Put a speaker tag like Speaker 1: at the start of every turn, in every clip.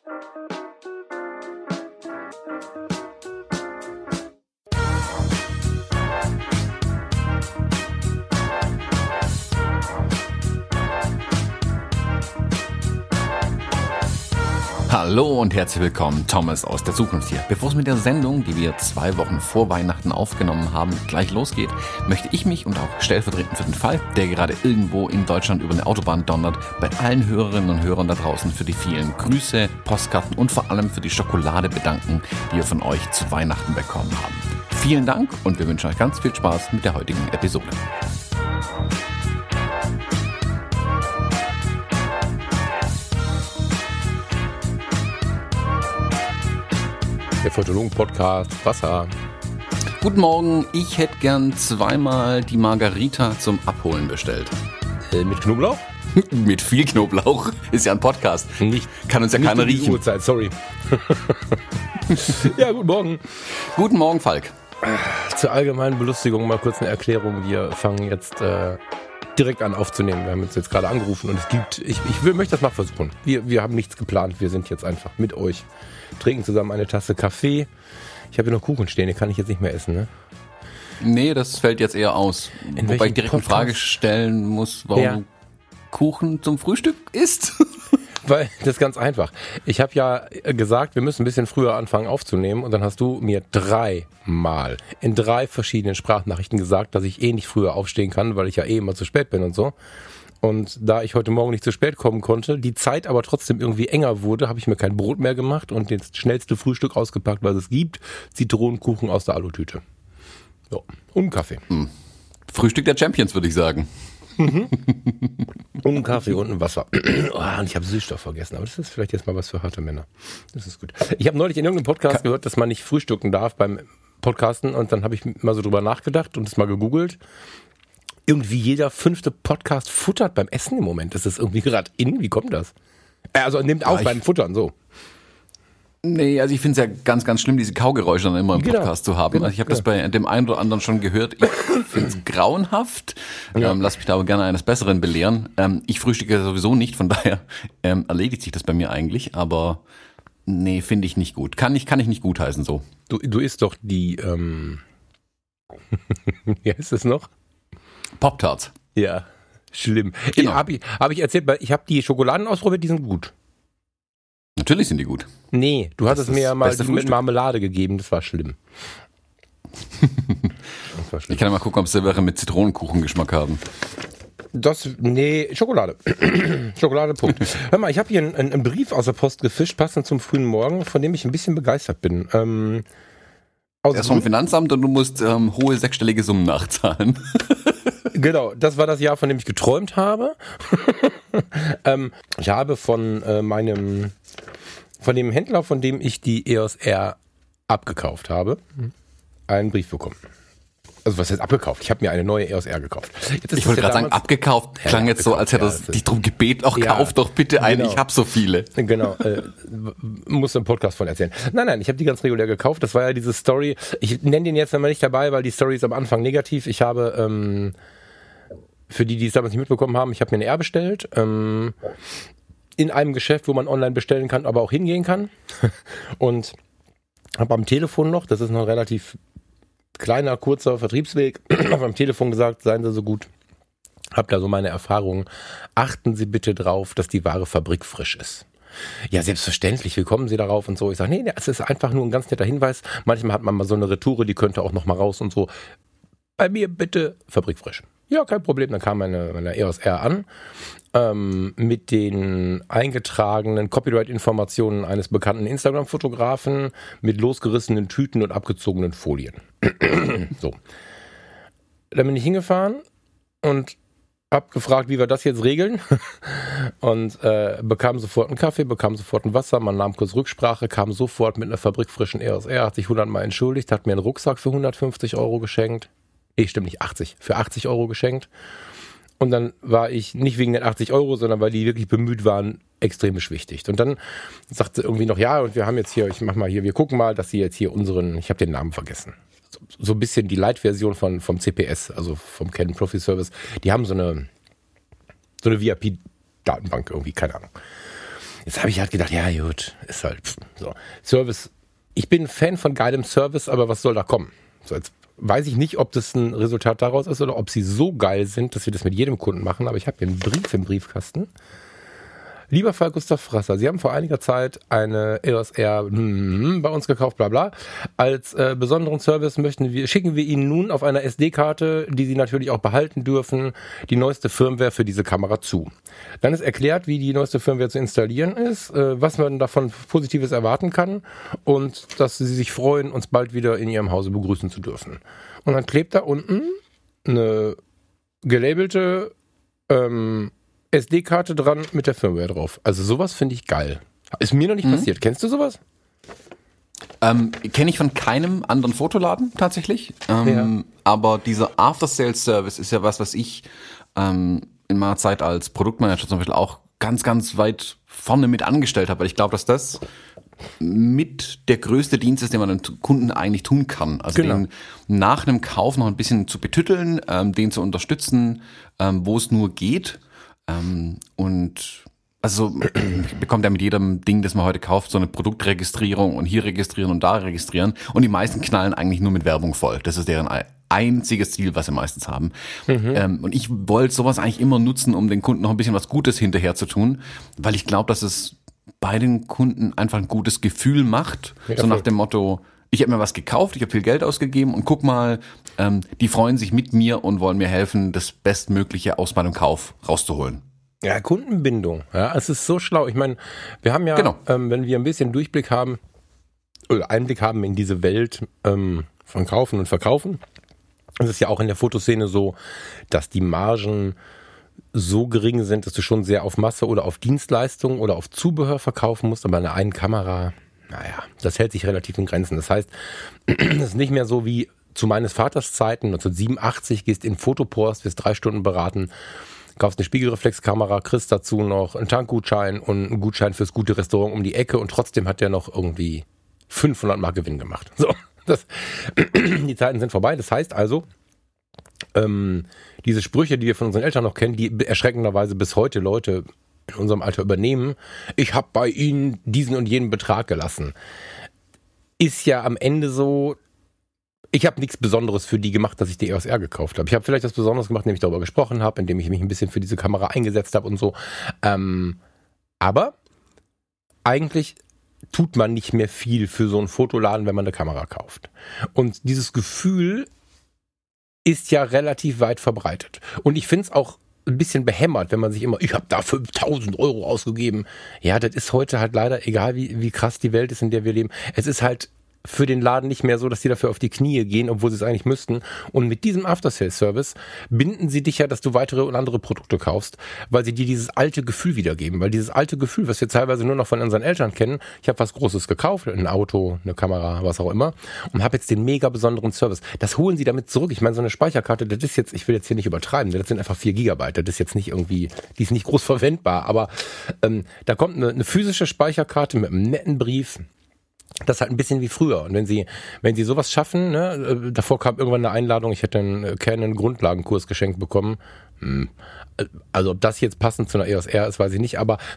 Speaker 1: Hallo und herzlich willkommen, Thomas aus der Zukunft hier. Bevor es mit der Sendung, die wir 2 Wochen vor Weihnachten aufgenommen haben, gleich losgeht, möchte ich mich und auch stellvertretend für den Fall, der gerade irgendwo in Deutschland über eine Autobahn donnert, bei allen Hörerinnen und Hörern da draußen für die vielen Grüße, Postkarten und vor allem für die Schokolade bedanken, die wir von euch zu Weihnachten bekommen haben. Vielen Dank und wir wünschen euch ganz viel Spaß mit der heutigen Episode.
Speaker 2: Der Fotologen-Podcast Wasser.
Speaker 1: Guten Morgen, ich hätte gern 2-mal die Margarita zum Abholen bestellt.
Speaker 2: Mit Knoblauch?
Speaker 1: Mit viel Knoblauch. Ist ja ein Podcast. Kann uns ja keiner
Speaker 2: um die
Speaker 1: riechen.
Speaker 2: Uhrzeit, sorry. Ja, guten Morgen.
Speaker 1: Guten Morgen, Falk.
Speaker 2: Zur allgemeinen Belustigung mal kurz eine Erklärung. Wir fangen jetzt direkt an aufzunehmen. Wir haben uns jetzt gerade angerufen und es gibt, ich möchte das mal versuchen. Wir haben nichts geplant. Wir sind jetzt einfach mit euch. Trinken zusammen eine Tasse Kaffee. Ich habe hier noch Kuchen stehen, den kann ich jetzt nicht mehr essen, ne?
Speaker 1: Nee, das fällt jetzt eher aus. Wobei ich direkt eine Frage stellen muss, warum du Kuchen zum Frühstück isst.
Speaker 2: Weil, das ist ganz einfach. Ich habe ja gesagt, wir müssen ein bisschen früher anfangen aufzunehmen und dann hast du mir 3-mal in 3 verschiedenen Sprachnachrichten gesagt, dass ich nicht früher aufstehen kann, weil ich ja immer zu spät bin und so. Und da ich heute Morgen nicht zu spät kommen konnte, die Zeit aber trotzdem irgendwie enger wurde, habe ich mir kein Brot mehr gemacht und das schnellste Frühstück ausgepackt, was es gibt. Zitronenkuchen aus der Alutüte. So. Und Kaffee.
Speaker 1: Frühstück der Champions, würde ich sagen.
Speaker 2: Und ein Kaffee und ein Wasser. Und ich habe Süßstoff vergessen, aber das ist vielleicht jetzt mal was für harte Männer. Das ist gut. Ich habe neulich in irgendeinem Podcast gehört, dass man nicht frühstücken darf beim Podcasten und dann habe ich mal so drüber nachgedacht und es mal gegoogelt. Irgendwie jeder 5. Podcast futtert beim Essen im Moment. Das ist irgendwie gerade in. Wie kommt das? Also nimmt auf beim Futtern, so.
Speaker 1: Nee, also ich finde es ja ganz, ganz schlimm, diese Kaugeräusche dann immer im Podcast zu haben. Also ich habe das bei dem einen oder anderen schon gehört. Ich finde es grauenhaft. Lass mich da aber gerne eines Besseren belehren. Ich frühstücke sowieso nicht, von daher erledigt sich das bei mir eigentlich. Aber nee, finde ich nicht gut. Kann ich nicht gutheißen so.
Speaker 2: Du isst doch die, wie heißt es noch?
Speaker 1: Pop-Tarts.
Speaker 2: Ja, schlimm.
Speaker 1: Genau.
Speaker 2: Hab ich erzählt, ich habe die Schokoladen ausprobiert, die sind gut.
Speaker 1: Natürlich sind die gut.
Speaker 2: Nee, du hattest mir ja mal die
Speaker 1: Frühstück
Speaker 2: mit Marmelade gegeben, das war schlimm.
Speaker 1: Ich kann ja mal gucken, ob sie welche mit Zitronenkuchengeschmack haben.
Speaker 2: Schokolade. Schokolade, Punkt. Hör mal, ich habe hier einen Brief aus der Post gefischt, passend zum frühen Morgen, von dem ich ein bisschen begeistert bin.
Speaker 1: Er ist vom Finanzamt und du musst hohe 6-stellige Summen nachzahlen.
Speaker 2: Genau, das war das Jahr, von dem ich geträumt habe. Ich habe von dem Händler, von dem ich die EOS R abgekauft habe, einen Brief bekommen. Also was heißt abgekauft? Ich habe mir eine neue EOS R gekauft.
Speaker 1: Ich wollte gerade sagen, abgekauft klang jetzt so, als hätte er dich drum gebeten, kauf doch bitte eine, ich habe so viele.
Speaker 2: Genau, muss im Podcast von erzählen. Nein, ich habe die ganz regulär gekauft. Das war ja diese Story. Ich nenne den jetzt einmal nicht dabei, weil die Story ist am Anfang negativ. Ich habe, für die es damals nicht mitbekommen haben, ich habe mir eine R bestellt. In einem Geschäft, wo man online bestellen kann, aber auch hingehen kann. Und habe am Telefon noch, das ist noch ein relativ kleiner, kurzer Vertriebsweg, habe am Telefon gesagt, seien Sie so gut, hab da so meine Erfahrungen. Achten Sie bitte drauf, dass die Ware fabrikfrisch ist. Ja, selbstverständlich, wie kommen Sie darauf und so. Ich sage, nee, es ist einfach nur ein ganz netter Hinweis. Manchmal hat man mal so eine Retoure, die könnte auch noch mal raus und so. Bei mir bitte fabrikfrisch. Ja, kein Problem. Dann kam meine EOS R an mit den eingetragenen Copyright-Informationen eines bekannten Instagram-Fotografen mit losgerissenen Tüten und abgezogenen Folien. So. Dann bin ich hingefahren und hab gefragt, wie wir das jetzt regeln und bekam sofort einen Kaffee, bekam sofort ein Wasser, man nahm kurz Rücksprache, kam sofort mit einer fabrikfrischen EOS R, hat sich 100-mal entschuldigt, hat mir einen Rucksack für 150 Euro geschenkt. Stimmt nicht, 80. Für 80 Euro geschenkt. Und dann war ich nicht wegen den 80 Euro, sondern weil die wirklich bemüht waren, extrem beschwichtigt. Und dann sagte irgendwie noch, ja, und wir haben jetzt hier, wir gucken mal, dass sie jetzt hier ich habe den Namen vergessen. So ein bisschen die Light-Version vom CPS, also vom Canon Profi Service. Die haben so eine VIP-Datenbank irgendwie, keine Ahnung. Jetzt habe ich halt gedacht, ja gut, ist halt so. Service, ich bin Fan von geilem Service, aber was soll da kommen? So, jetzt weiß ich nicht, ob das ein Resultat daraus ist oder ob sie so geil sind, dass wir das mit jedem Kunden machen, aber ich habe hier einen Brief im Briefkasten. Lieber Fall Gustav Frasser, Sie haben vor einiger Zeit eine EOS R bei uns gekauft, bla bla. Als besonderen Service schicken wir Ihnen nun auf einer SD-Karte, die Sie natürlich auch behalten dürfen, die neueste Firmware für diese Kamera zu. Dann ist erklärt, wie die neueste Firmware zu installieren ist, was man davon Positives erwarten kann und dass Sie sich freuen, uns bald wieder in Ihrem Hause begrüßen zu dürfen. Und dann klebt da unten eine gelabelte SD-Karte dran mit der Firmware drauf. Also sowas finde ich geil. Ist mir noch nicht passiert. Kennst du sowas?
Speaker 1: Kenne ich von keinem anderen Fotoladen tatsächlich. Aber dieser After-Sales-Service ist ja was ich in meiner Zeit als Produktmanager zum Beispiel auch ganz, ganz weit vorne mit angestellt habe. Weil ich glaube, dass das mit der größte Dienst ist, den man dem Kunden eigentlich tun kann. Also den nach einem Kauf noch ein bisschen zu betütteln, den zu unterstützen, wo es nur geht. Und also bekommt ja mit jedem Ding, das man heute kauft, so eine Produktregistrierung und hier registrieren und da registrieren. Und die meisten knallen eigentlich nur mit Werbung voll. Das ist deren einziges Ziel, was sie meistens haben. Und ich wollte sowas eigentlich immer nutzen, um den Kunden noch ein bisschen was Gutes hinterher zu tun, weil ich glaube, dass es bei den Kunden einfach ein gutes Gefühl macht. Ja, so nach dem Motto, ich habe mir was gekauft, ich habe viel Geld ausgegeben und guck mal, die freuen sich mit mir und wollen mir helfen, das Bestmögliche aus meinem Kauf rauszuholen.
Speaker 2: Ja, Kundenbindung. Ja, es ist so schlau. Ich meine, wir haben ja, wenn wir ein bisschen Durchblick haben oder Einblick haben in diese Welt von Kaufen und Verkaufen, es ist ja auch in der Fotoszene so, dass die Margen so gering sind, dass du schon sehr auf Masse oder auf Dienstleistungen oder auf Zubehör verkaufen musst, aber eine einen Kamera, naja, das hält sich relativ in Grenzen. Das heißt, es ist nicht mehr so wie zu meines Vaters Zeiten, 1987, gehst in Fotopost, wirst 3 Stunden beraten, kaufst eine Spiegelreflexkamera, kriegst dazu noch einen Tankgutschein und einen Gutschein fürs gute Restaurant um die Ecke und trotzdem hat der noch irgendwie 500 Mark Gewinn gemacht. So, die Zeiten sind vorbei. Das heißt also, diese Sprüche, die wir von unseren Eltern noch kennen, die erschreckenderweise bis heute Leute in unserem Alter übernehmen, ich habe bei ihnen diesen und jenen Betrag gelassen, ist ja am Ende so, ich habe nichts Besonderes für die gemacht, dass ich die EOS R gekauft habe. Ich habe vielleicht was Besonderes gemacht, indem ich darüber gesprochen habe, indem ich mich ein bisschen für diese Kamera eingesetzt habe und so. Aber eigentlich tut man nicht mehr viel für so einen Fotoladen, wenn man eine Kamera kauft. Und dieses Gefühl ist ja relativ weit verbreitet. Und ich finde es auch ein bisschen behämmert, wenn man sich immer, ich habe da 5.000 Euro ausgegeben. Ja, das ist heute halt leider, egal wie krass die Welt ist, in der wir leben, es ist halt für den Laden nicht mehr so, dass die dafür auf die Knie gehen, obwohl sie es eigentlich müssten. Und mit diesem After-Sales-Service binden sie dich ja, dass du weitere und andere Produkte kaufst, weil sie dir dieses alte Gefühl wiedergeben. Weil dieses alte Gefühl, was wir teilweise nur noch von unseren Eltern kennen, ich habe was Großes gekauft, ein Auto, eine Kamera, was auch immer, und habe jetzt den mega besonderen Service. Das holen sie damit zurück. Ich meine, so eine Speicherkarte, das ist jetzt, ich will jetzt hier nicht übertreiben, das sind einfach 4 Gigabyte. Das ist jetzt nicht irgendwie, die ist nicht groß verwendbar, aber da kommt eine physische Speicherkarte mit einem netten Brief. Das ist halt ein bisschen wie früher. Und wenn sie sowas schaffen, ne, davor kam irgendwann eine Einladung, ich hätte einen Canon-Grundlagenkurs geschenkt bekommen. Also ob das jetzt passend zu einer EOS R ist, weiß ich nicht, aber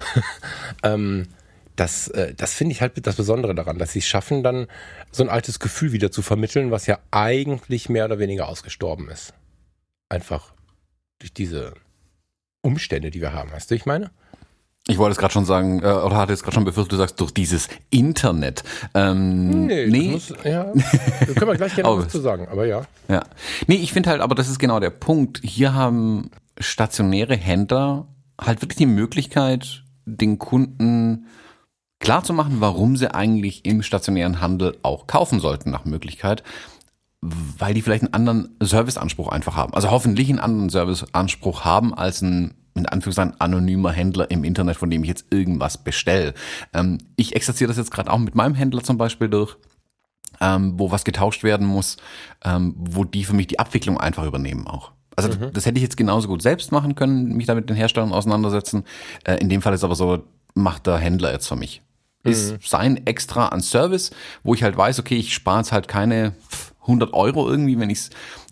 Speaker 2: das finde ich halt das Besondere daran, dass sie es schaffen, dann so ein altes Gefühl wieder zu vermitteln, was ja eigentlich mehr oder weniger ausgestorben ist. Einfach durch diese Umstände, die wir haben. Weißt du, ich meine?
Speaker 1: Ich wollte es gerade schon sagen, oder hatte es gerade schon befürchtet, du sagst, durch dieses Internet.
Speaker 2: Nee. Da können wir gleich gerne was zu sagen, aber ja.
Speaker 1: Ja. Nee, ich finde halt, aber das ist genau der Punkt. Hier haben stationäre Händler halt wirklich die Möglichkeit, den Kunden klarzumachen, warum sie eigentlich im stationären Handel auch kaufen sollten, nach Möglichkeit. Weil die vielleicht einen anderen Serviceanspruch einfach haben. Also hoffentlich einen anderen Serviceanspruch haben als ein, in Anführungszeichen, anonymer Händler im Internet, von dem ich jetzt irgendwas bestelle. Ich exerziere das jetzt gerade auch mit meinem Händler zum Beispiel durch, wo was getauscht werden muss, wo die für mich die Abwicklung einfach übernehmen auch. Also das hätte ich jetzt genauso gut selbst machen können, mich da mit den Herstellern auseinandersetzen. In dem Fall ist aber so, macht der Händler jetzt für mich. Ist sein Extra an Service, wo ich halt weiß, okay, ich spare jetzt halt keine 100 Euro irgendwie, wenn ich es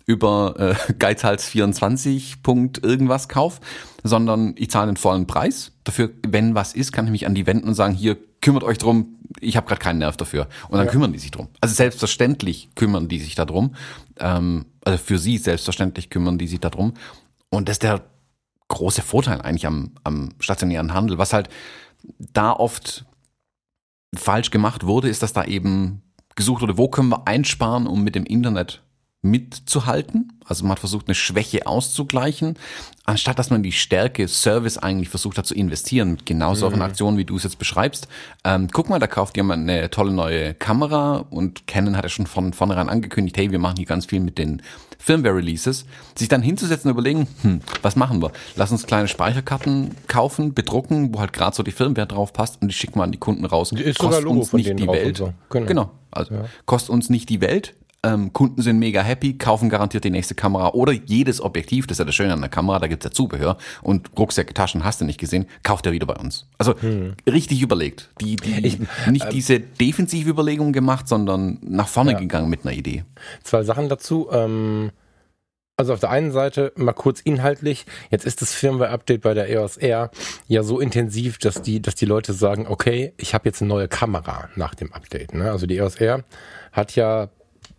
Speaker 1: über Geizhals24. Irgendwas Kauf, sondern ich zahle den vollen Preis. Dafür, wenn was ist, kann ich mich an die wenden und sagen, hier, kümmert euch drum, ich habe gerade keinen Nerv dafür. Und dann kümmern die sich drum. Also selbstverständlich kümmern die sich darum. Also für sie selbstverständlich kümmern die sich darum. Und das ist der große Vorteil eigentlich am stationären Handel. Was halt da oft falsch gemacht wurde, ist, dass da eben gesucht wurde, wo können wir einsparen, um mit dem Internet mitzuhalten. Also man hat versucht, eine Schwäche auszugleichen, anstatt dass man die Stärke Service eigentlich versucht hat zu investieren mit genau solchen Aktionen, wie du es jetzt beschreibst. Guck mal, da kauft jemand eine tolle neue Kamera und Canon hat ja schon von vornherein angekündigt, hey, wir machen hier ganz viel mit den Firmware-Releases. Sich dann hinzusetzen und überlegen, was machen wir? Lass uns kleine Speicherkarten kaufen, bedrucken, wo halt gerade so die Firmware drauf passt und die schicken wir an die Kunden raus.
Speaker 2: Ist sogar Logo
Speaker 1: uns
Speaker 2: von
Speaker 1: nicht
Speaker 2: denen
Speaker 1: die
Speaker 2: drauf
Speaker 1: Welt.
Speaker 2: und so.
Speaker 1: Genau. Also kostet uns nicht die Welt. Kunden sind mega happy, kaufen garantiert die nächste Kamera oder jedes Objektiv, das ist ja das Schöne an der Kamera, da gibt's ja Zubehör und Rucksäcke, Taschen hast du nicht gesehen, kauft er wieder bei uns. Also richtig überlegt. Nicht diese defensive Überlegung gemacht, sondern nach vorne gegangen mit einer Idee.
Speaker 2: 2 Sachen dazu. Also auf der einen Seite mal kurz inhaltlich, jetzt ist das Firmware-Update bei der EOS R ja so intensiv, dass die Leute sagen, okay, ich habe jetzt eine neue Kamera nach dem Update. Ne? Also die EOS R hat ja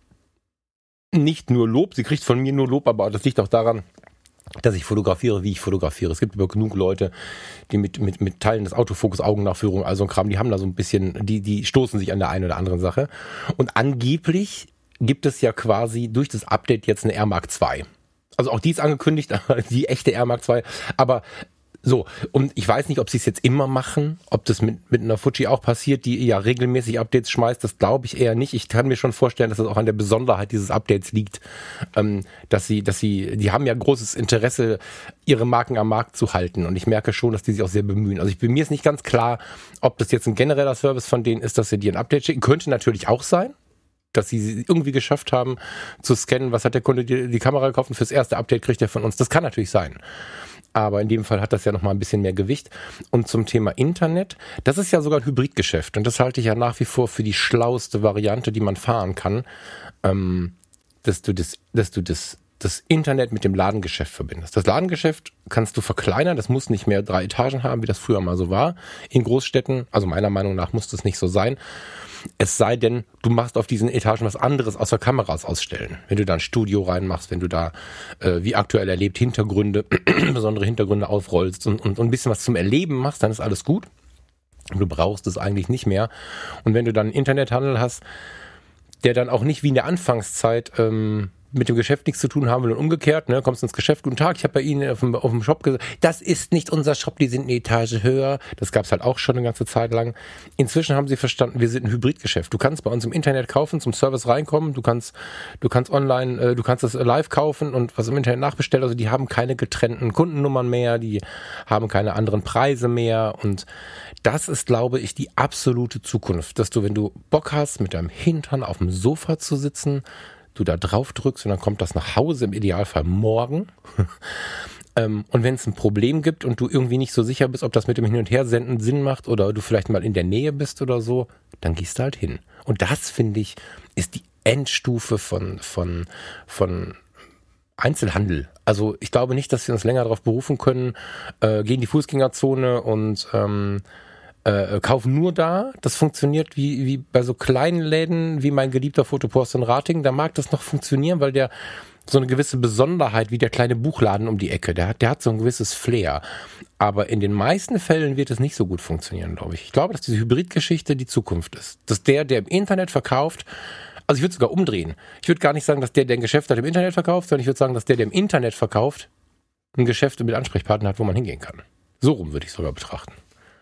Speaker 2: nicht nur Lob, sie kriegt von mir nur Lob, aber das liegt auch daran, dass ich fotografiere, wie ich fotografiere. Es gibt aber genug Leute, die mit Teilen des Autofokus, Augennachführung, also ein Kram, die haben da so ein bisschen, die stoßen sich an der einen oder anderen Sache. Und angeblich gibt es ja quasi durch das Update jetzt eine R Mark II. Also auch die ist angekündigt, die echte R Mark II, aber so, und ich weiß nicht, ob sie es jetzt immer machen, ob das mit einer Fuji auch passiert, die ja regelmäßig Updates schmeißt, das glaube ich eher nicht. Ich kann mir schon vorstellen, dass das auch an der Besonderheit dieses Updates liegt, dass die haben ja großes Interesse, ihre Marken am Markt zu halten und ich merke schon, dass die sich auch sehr bemühen. Also mir ist nicht ganz klar, ob das jetzt ein genereller Service von denen ist, dass sie dir ein Update schicken. Könnte natürlich auch sein, dass sie irgendwie geschafft haben zu scannen, was hat der Kunde die Kamera gekauft und fürs erste Update kriegt er von uns. Das kann natürlich sein. Aber in dem Fall hat das ja nochmal ein bisschen mehr Gewicht. Und zum Thema Internet, das ist ja sogar ein Hybridgeschäft. Und das halte ich ja nach wie vor für die schlauste Variante, die man fahren kann, dass du das Internet mit dem Ladengeschäft verbindest. Das Ladengeschäft kannst du verkleinern, das muss nicht mehr 3 Etagen haben, wie das früher mal so war. In Großstädten, also meiner Meinung nach muss das nicht so sein. Es sei denn, du machst auf diesen Etagen was anderes außer Kameras ausstellen. Wenn du da ein Studio reinmachst, wenn du da, wie aktuell erlebt, Hintergründe, besondere Hintergründe aufrollst und ein bisschen was zum Erleben machst, dann ist alles gut. Du brauchst es eigentlich nicht mehr. Und wenn du dann einen Internethandel hast, der dann auch nicht wie in der Anfangszeit mit dem Geschäft nichts zu tun haben will und umgekehrt, ne, kommst ins Geschäft, guten Tag, ich habe bei Ihnen auf dem Shop gesagt, das ist nicht unser Shop, die sind eine Etage höher. Das gab's halt auch schon eine ganze Zeit lang. Inzwischen haben sie verstanden, wir sind ein Hybridgeschäft. Du kannst bei uns im Internet kaufen, zum Service reinkommen, du kannst online, du kannst das live kaufen und was im Internet nachbestellen. Also die haben keine getrennten Kundennummern mehr, die haben keine anderen Preise mehr und das ist, glaube ich, die absolute Zukunft, dass du, wenn du Bock hast, mit deinem Hintern auf dem Sofa zu sitzen, du da drauf drückst und dann kommt das nach Hause, im Idealfall morgen. Und wenn es ein Problem gibt und du irgendwie nicht so sicher bist, ob das mit dem Hin- und Hersenden Sinn macht oder du vielleicht mal in der Nähe bist oder so, dann gehst du halt hin. Und das, finde ich, ist die Endstufe von Einzelhandel. Also ich glaube nicht, dass wir uns länger darauf berufen können, gehen in die Fußgängerzone und kaufen nur da. Das funktioniert wie bei so kleinen Läden, wie mein geliebter Fotopost in Ratingen. Da mag das noch funktionieren, weil der so eine gewisse Besonderheit, wie der kleine Buchladen um die Ecke, der hat so ein gewisses Flair. Aber in den meisten Fällen wird es nicht so gut funktionieren, glaube ich. Ich glaube, dass diese Hybridgeschichte die Zukunft ist. Dass der im Internet verkauft, also ich würde sogar umdrehen. Ich würde gar nicht sagen, dass der ein Geschäft hat, im Internet verkauft, sondern ich würde sagen, dass der im Internet verkauft, ein Geschäft mit Ansprechpartner hat, wo man hingehen kann. So rum würde ich es sogar betrachten.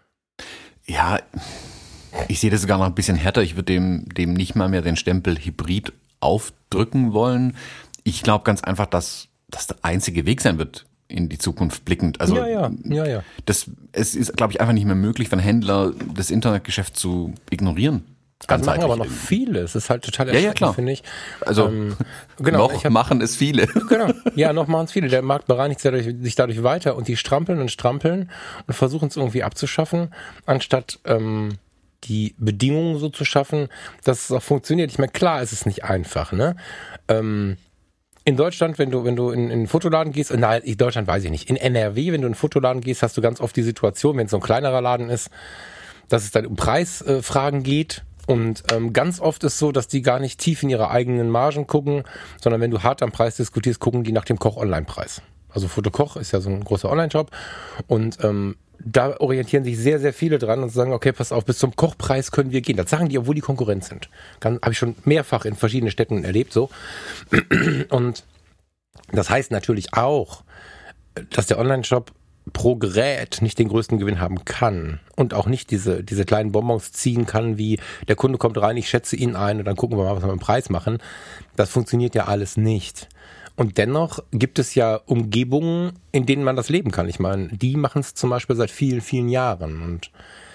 Speaker 1: Ja, ich sehe das sogar noch ein bisschen härter. Ich würde dem nicht mal mehr den Stempel Hybrid aufdrücken wollen. Ich glaube ganz einfach, dass das der einzige Weg sein wird in die Zukunft blickend. Also
Speaker 2: ja.
Speaker 1: Es ist, glaube ich, einfach nicht mehr möglich, für einen Händler das Internetgeschäft zu ignorieren.
Speaker 2: Das machen aber noch viele. Es ist halt total erschreckend, finde ich.
Speaker 1: Also
Speaker 2: genau,
Speaker 1: machen es viele.
Speaker 2: Genau, ja, noch machen es viele. Der Markt bereinigt sich dadurch weiter und die strampeln und versuchen es irgendwie abzuschaffen, anstatt die Bedingungen so zu schaffen, dass es auch funktioniert. Ich meine, klar, es ist nicht einfach, ne? in Deutschland, wenn du in einen Fotoladen gehst, nein, in Deutschland weiß ich nicht, in NRW, wenn du in einen Fotoladen gehst, hast du ganz oft die Situation, wenn es so ein kleinerer Laden ist, dass es dann um Preisfragen geht. Und ganz oft ist so, dass die gar nicht tief in ihre eigenen Margen gucken, sondern wenn du hart am Preis diskutierst, gucken die nach dem Koch-Online-Preis. Also Fotokoch ist ja so ein großer Online-Shop und da orientieren sich sehr, sehr viele dran und sagen, okay, pass auf, bis zum Kochpreis können wir gehen. Das sagen die, obwohl die Konkurrenz sind. Habe ich schon mehrfach in verschiedenen Städten erlebt so. Und das heißt natürlich auch, dass der Online-Shop pro Gerät nicht den größten Gewinn haben kann und auch nicht diese kleinen Bonbons ziehen kann, wie der Kunde kommt rein, ich schätze ihn ein und dann gucken wir mal, was wir mit dem Preis machen. Das funktioniert ja alles nicht. Und dennoch gibt es ja Umgebungen, in denen man das leben kann. Ich meine, die machen es zum Beispiel seit vielen, vielen Jahren. Und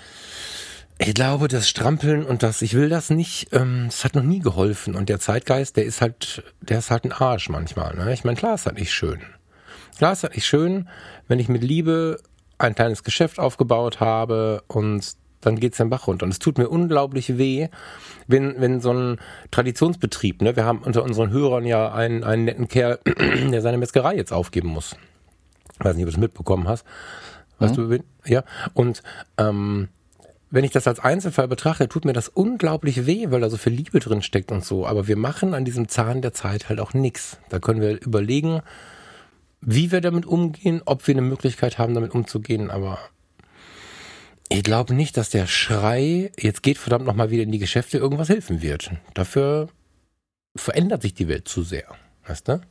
Speaker 2: ich glaube, das Strampeln und ich will das nicht, das hat noch nie geholfen. Und der Zeitgeist, der ist halt ein Arsch manchmal. Ne? Ich meine, klar ist das nicht schön. Klar ist das nicht schön, wenn ich mit Liebe ein kleines Geschäft aufgebaut habe und dann geht's den Bach runter. Und es tut mir unglaublich weh, wenn so ein Traditionsbetrieb, ne, wir haben unter unseren Hörern ja einen netten Kerl, der seine Metzgerei jetzt aufgeben muss. Ich weiß nicht, ob du das mitbekommen hast. Weißt du, ja. Und wenn ich das als Einzelfall betrachte, tut mir das unglaublich weh, weil da so viel Liebe drin steckt und so. Aber wir machen an diesem Zahn der Zeit halt auch nichts. Da können wir überlegen, wie wir damit umgehen, ob wir eine Möglichkeit haben, damit umzugehen, aber ich glaube nicht, dass der Schrei, jetzt geht verdammt nochmal wieder in die Geschäfte, irgendwas helfen wird. Dafür verändert sich die Welt zu sehr. Weißt du?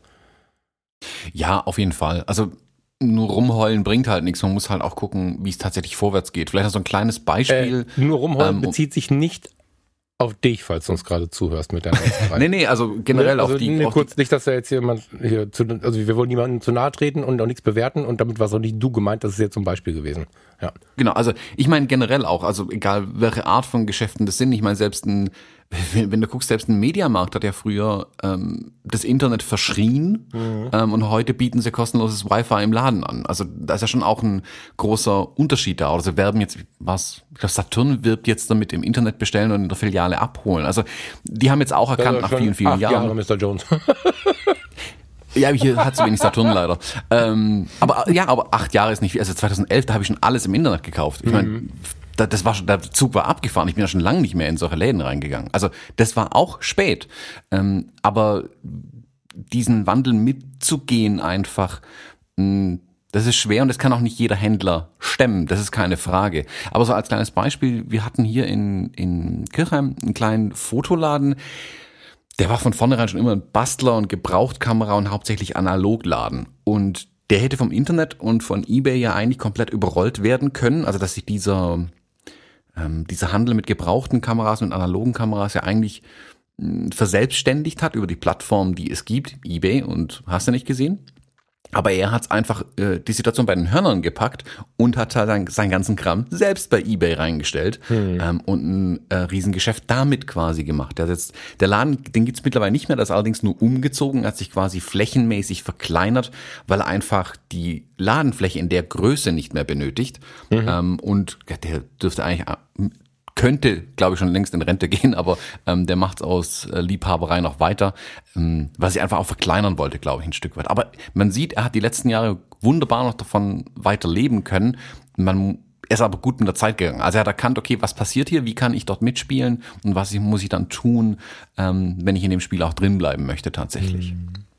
Speaker 1: Ja, auf jeden Fall. Also nur rumheulen bringt halt nichts. Man muss halt auch gucken, wie es tatsächlich vorwärts geht. Vielleicht noch so ein kleines Beispiel.
Speaker 2: Nur rumheulen bezieht sich nicht auf dich, falls du uns gerade zuhörst mit deiner Ausfrage.
Speaker 1: Nee, also generell
Speaker 2: also
Speaker 1: auf die...
Speaker 2: kurz nicht, dass da jetzt jemand hier also wir wollen niemandem zu nahe treten und auch nichts bewerten und damit war es auch nicht du gemeint, das ist jetzt zum Beispiel gewesen. Ja.
Speaker 1: Genau, also ich meine generell auch, also egal welche Art von Geschäften das sind, ich meine selbst wenn du guckst, selbst ein Mediamarkt hat ja früher das Internet verschrien und heute bieten sie kostenloses Wi-Fi im Laden an. Also da ist ja schon auch ein großer Unterschied da. Also werben jetzt, ich glaube Saturn wirbt jetzt damit im Internet bestellen und in der Filiale abholen. Also die haben jetzt auch erkannt nach vielen, vielen Jahren.
Speaker 2: Ja, Mr. Jones.
Speaker 1: Ja, hier hat so wenig Saturn leider. Aber 8 Jahre ist nicht viel. Also 2011, da habe ich schon alles im Internet gekauft. Ich meine, der Zug war abgefahren. Ich bin ja schon lange nicht mehr in solche Läden reingegangen. Also das war auch spät. Aber diesen Wandel mitzugehen einfach, das ist schwer und das kann auch nicht jeder Händler stemmen. Das ist keine Frage. Aber so als kleines Beispiel, wir hatten hier in Kirchheim einen kleinen Fotoladen. Der war von vornherein schon immer ein Bastler und Gebrauchtkamera und hauptsächlich Analogladen. Und der hätte vom Internet und von eBay ja eigentlich komplett überrollt werden können. Also dass sich dieser Handel mit gebrauchten Kameras und analogen Kameras ja eigentlich verselbstständigt hat über die Plattform, die es gibt, eBay und hast du nicht gesehen. Aber er hat einfach die Situation bei den Hörnern gepackt und hat halt seinen ganzen Kram selbst bei eBay reingestellt und ein Riesengeschäft damit quasi gemacht. Der Laden, den gibt's mittlerweile nicht mehr, das ist allerdings nur umgezogen, hat sich quasi flächenmäßig verkleinert, weil er einfach die Ladenfläche in der Größe nicht mehr benötigt. Und der dürfte eigentlich... könnte, glaube ich, schon längst in Rente gehen, aber der macht's aus Liebhaberei noch weiter, was ich einfach auch verkleinern wollte, glaube ich, ein Stück weit. Aber man sieht, er hat die letzten Jahre wunderbar noch davon weiter leben können. Er ist aber gut mit der Zeit gegangen. Also er hat erkannt, okay, was passiert hier, wie kann ich dort mitspielen und was muss ich dann tun, wenn ich in dem Spiel auch drin bleiben möchte tatsächlich.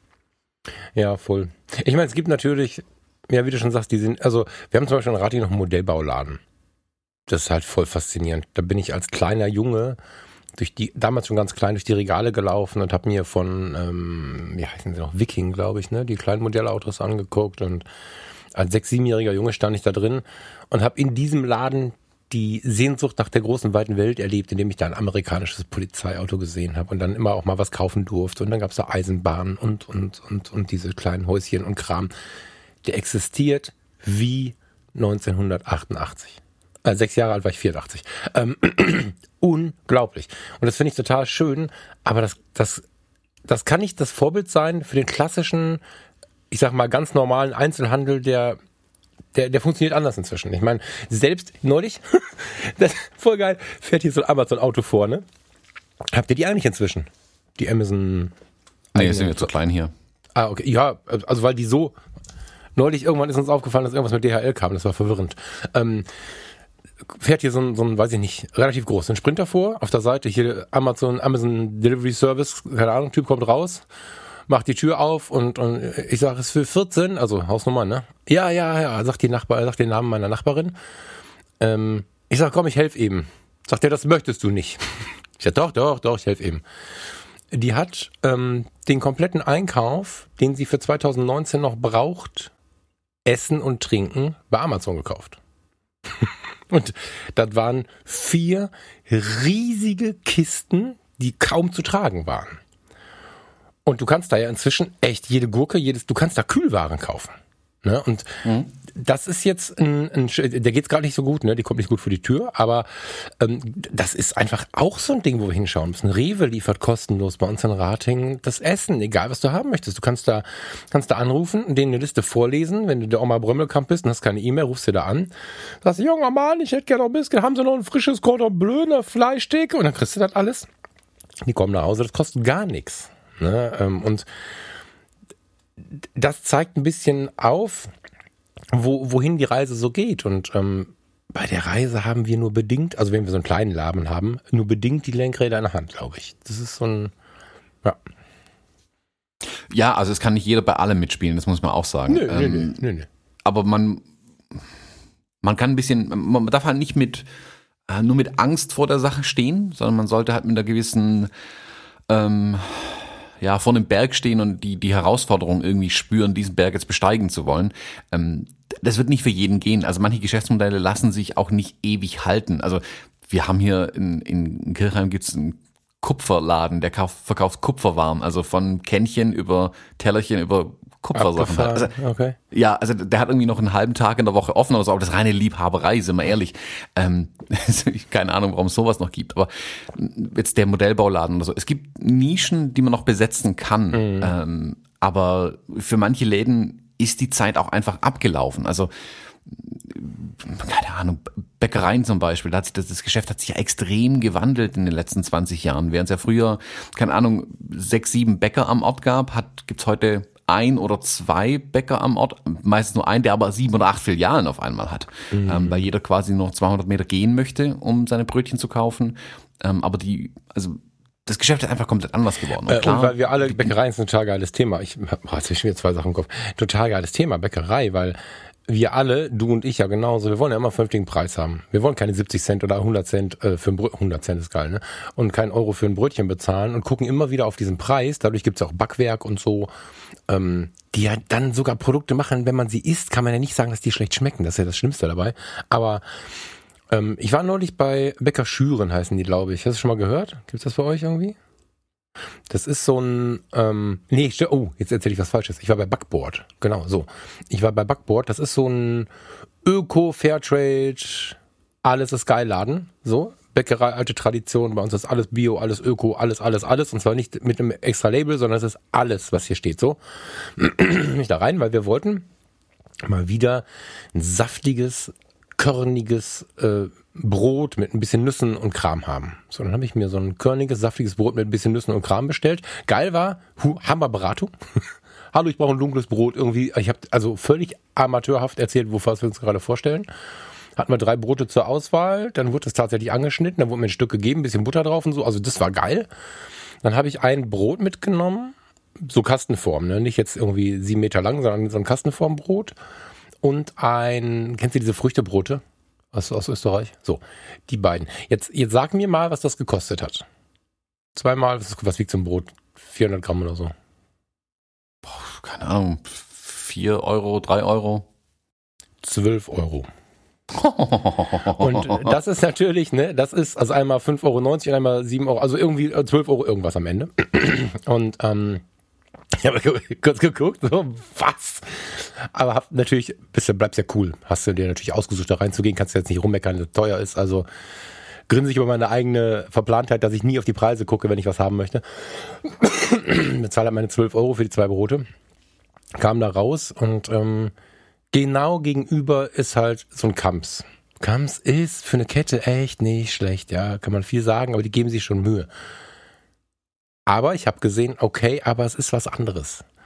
Speaker 2: Ja, voll. Ich meine, es gibt natürlich, ja, wie du schon sagst, wir haben zum Beispiel in Rathi noch einen Modellbauladen. Das ist halt voll faszinierend. Da bin ich als kleiner Junge damals schon ganz klein durch die Regale gelaufen und habe mir von, wie heißen sie noch, Viking, glaube ich, ne, die kleinen Modellautos angeguckt und als 6-, 7-jähriger Junge stand ich da drin und habe in diesem Laden die Sehnsucht nach der großen, weiten Welt erlebt, indem ich da ein amerikanisches Polizeiauto gesehen habe und dann immer auch mal was kaufen durfte und dann gab es da Eisenbahnen und diese kleinen Häuschen und Kram. Der existiert wie 1988. 6 Jahre alt war ich 84. Unglaublich. Und das finde ich total schön, aber das kann nicht das Vorbild sein für den klassischen, ich sag mal, ganz normalen Einzelhandel, der funktioniert anders inzwischen. Ich meine, selbst neulich, das voll geil, fährt hier so ein Amazon-Auto vor, ne? Habt ihr die eigentlich inzwischen? Die Amazon...
Speaker 1: Nee, sind wir zu klein hier.
Speaker 2: Ah, okay. Ja, also weil die so... Neulich irgendwann ist uns aufgefallen, dass irgendwas mit DHL kam. Das war verwirrend. Fährt hier so ein, weiß ich nicht, relativ groß, ein Sprinter vor. Auf der Seite hier Amazon Delivery Service, keine Ahnung, Typ kommt raus, macht die Tür auf und ich sage, es ist für 14, also Hausnummer, ne? Ja, sagt den Namen meiner Nachbarin. Ich sage, komm, ich helfe eben. Sagt er, das möchtest du nicht. Ich sage, doch, ich helfe eben. Die hat den kompletten Einkauf, den sie für 2019 noch braucht, Essen und Trinken bei Amazon gekauft. Und das waren 4 riesige Kisten, die kaum zu tragen waren. Und du kannst da ja inzwischen echt jede Gurke, du kannst da Kühlwaren kaufen. Ne? Und das ist jetzt der geht's gerade nicht so gut, ne? Die kommt nicht gut vor die Tür, aber das ist einfach auch so ein Ding, wo wir hinschauen müssen. Rewe liefert kostenlos bei uns in Ratingen das Essen, egal was du haben möchtest. Du kannst da anrufen, denen eine Liste vorlesen, wenn du der Oma Brömmelkamp bist und hast keine E-Mail, rufst du da an, sagst, junger Mann, ich hätte gerne noch ein bisschen, haben Sie noch ein frisches Cordon Bleu, eine Fleischtheke? Und dann kriegst du das alles. Die kommen nach Hause, das kostet gar nichts. Ne? Und das zeigt ein bisschen auf, wohin die Reise so geht. Und bei der Reise haben wir nur bedingt, also wenn wir so einen kleinen Laden haben, nur bedingt die Lenkräder in der Hand, glaube ich. Das ist so ein, ja.
Speaker 1: Ja, also es kann nicht jeder bei allem mitspielen, das muss man auch sagen.
Speaker 2: Nö.
Speaker 1: Aber man kann ein bisschen, man darf halt nicht nur mit Angst vor der Sache stehen, sondern man sollte halt mit einer gewissen vor einem Berg stehen und die Herausforderung irgendwie spüren, diesen Berg jetzt besteigen zu wollen. Das wird nicht für jeden gehen. Also manche Geschäftsmodelle lassen sich auch nicht ewig halten. Also wir haben hier in Kirchheim gibt's einen Kupferladen, der verkauft Kupferwaren, also von Kännchen über Tellerchen über Kupfersachen. Also,
Speaker 2: okay.
Speaker 1: Ja, also der hat irgendwie noch einen halben Tag in der Woche offen oder so, aber das ist reine Liebhaberei, sind wir ehrlich. Keine Ahnung, warum es sowas noch gibt, aber jetzt der Modellbauladen oder so. Es gibt Nischen, die man noch besetzen kann, aber für manche Läden ist die Zeit auch einfach abgelaufen. Also keine Ahnung, Bäckereien zum Beispiel, das Geschäft hat sich ja extrem gewandelt in den letzten 20 Jahren. Während es ja früher, keine Ahnung, 6, 7 Bäcker am Ort gab, gibt's heute 1 oder 2 Bäcker am Ort, meistens nur einen, der aber 7 oder 8 Filialen auf einmal hat, weil jeder quasi noch 200 Meter gehen möchte, um seine Brötchen zu kaufen. Aber das Geschäft ist einfach komplett anders geworden.
Speaker 2: Und weil wir alle, Bäckerei ist ein total geiles Thema. Jetzt habe ich mir 2 Sachen im Kopf. Total geiles Thema, Bäckerei, weil wir alle, du und ich ja genauso, wir wollen ja immer einen vernünftigen Preis haben. Wir wollen keine 70 Cent oder 100 Cent für ein Brötchen, 100 Cent ist geil, ne? Und keinen Euro für ein Brötchen bezahlen und gucken immer wieder auf diesen Preis. Dadurch gibt's ja auch Backwerk und so, die ja dann sogar Produkte machen, wenn man sie isst, kann man ja nicht sagen, dass die schlecht schmecken. Das ist ja das Schlimmste dabei. Aber ich war neulich bei Bäcker Schüren, heißen die, glaube ich. Hast du schon mal gehört? Gibt's das bei euch irgendwie? Das ist so ein, jetzt erzähle ich was Falsches. Ich war bei Backboard, genau, so. Ich war bei Backboard, das ist so ein Öko-Fairtrade, alles ist geil Laden, so. Bäckerei, alte Tradition, bei uns ist alles Bio, alles Öko, alles. Und zwar nicht mit einem extra Label, sondern es ist alles, was hier steht, so. Nicht da rein, weil wir wollten mal wieder ein saftiges, körniges Brot mit ein bisschen Nüssen und Kram haben. So, dann habe ich mir so ein körniges, saftiges Brot mit ein bisschen Nüssen und Kram bestellt. Geil war, Hammerberatung. Hallo, ich brauche ein dunkles Brot irgendwie. Ich habe also völlig amateurhaft erzählt, was wir uns gerade vorstellen. Hatten wir 3 Brote zur Auswahl, dann wurde es tatsächlich angeschnitten, dann wurde mir ein Stück gegeben, ein bisschen Butter drauf und so. Also das war geil. Dann habe ich ein Brot mitgenommen, so Kastenform, ne? Nicht jetzt irgendwie 7 Meter lang, sondern so ein Kastenformbrot. Und kennst du diese Früchtebrote aus Österreich? So, die beiden. Jetzt sag mir mal, was das gekostet hat. 2-mal, was wiegt so ein Brot? 400 Gramm oder so?
Speaker 1: Keine Ahnung, 4 Euro, 3 Euro?
Speaker 2: 12 Euro. Und das ist natürlich, ne, das ist also einmal 5,90 Euro und einmal 7 Euro, also irgendwie 12 Euro irgendwas am Ende. Und ich habe kurz geguckt, so, was? Aber bleibst ja cool. Hast du dir natürlich ausgesucht, da reinzugehen, kannst du jetzt nicht rummeckern, dass es teuer ist. Also grinse ich über meine eigene Verplantheit, dass ich nie auf die Preise gucke, wenn ich was haben möchte. Bezahle halt meine 12 Euro für die 2 Brote. Kam da raus und genau gegenüber ist halt so ein Kamps. Kamps ist für eine Kette echt nicht schlecht, ja, kann man viel sagen, aber die geben sich schon Mühe. Aber ich habe gesehen, okay, aber es ist was anderes.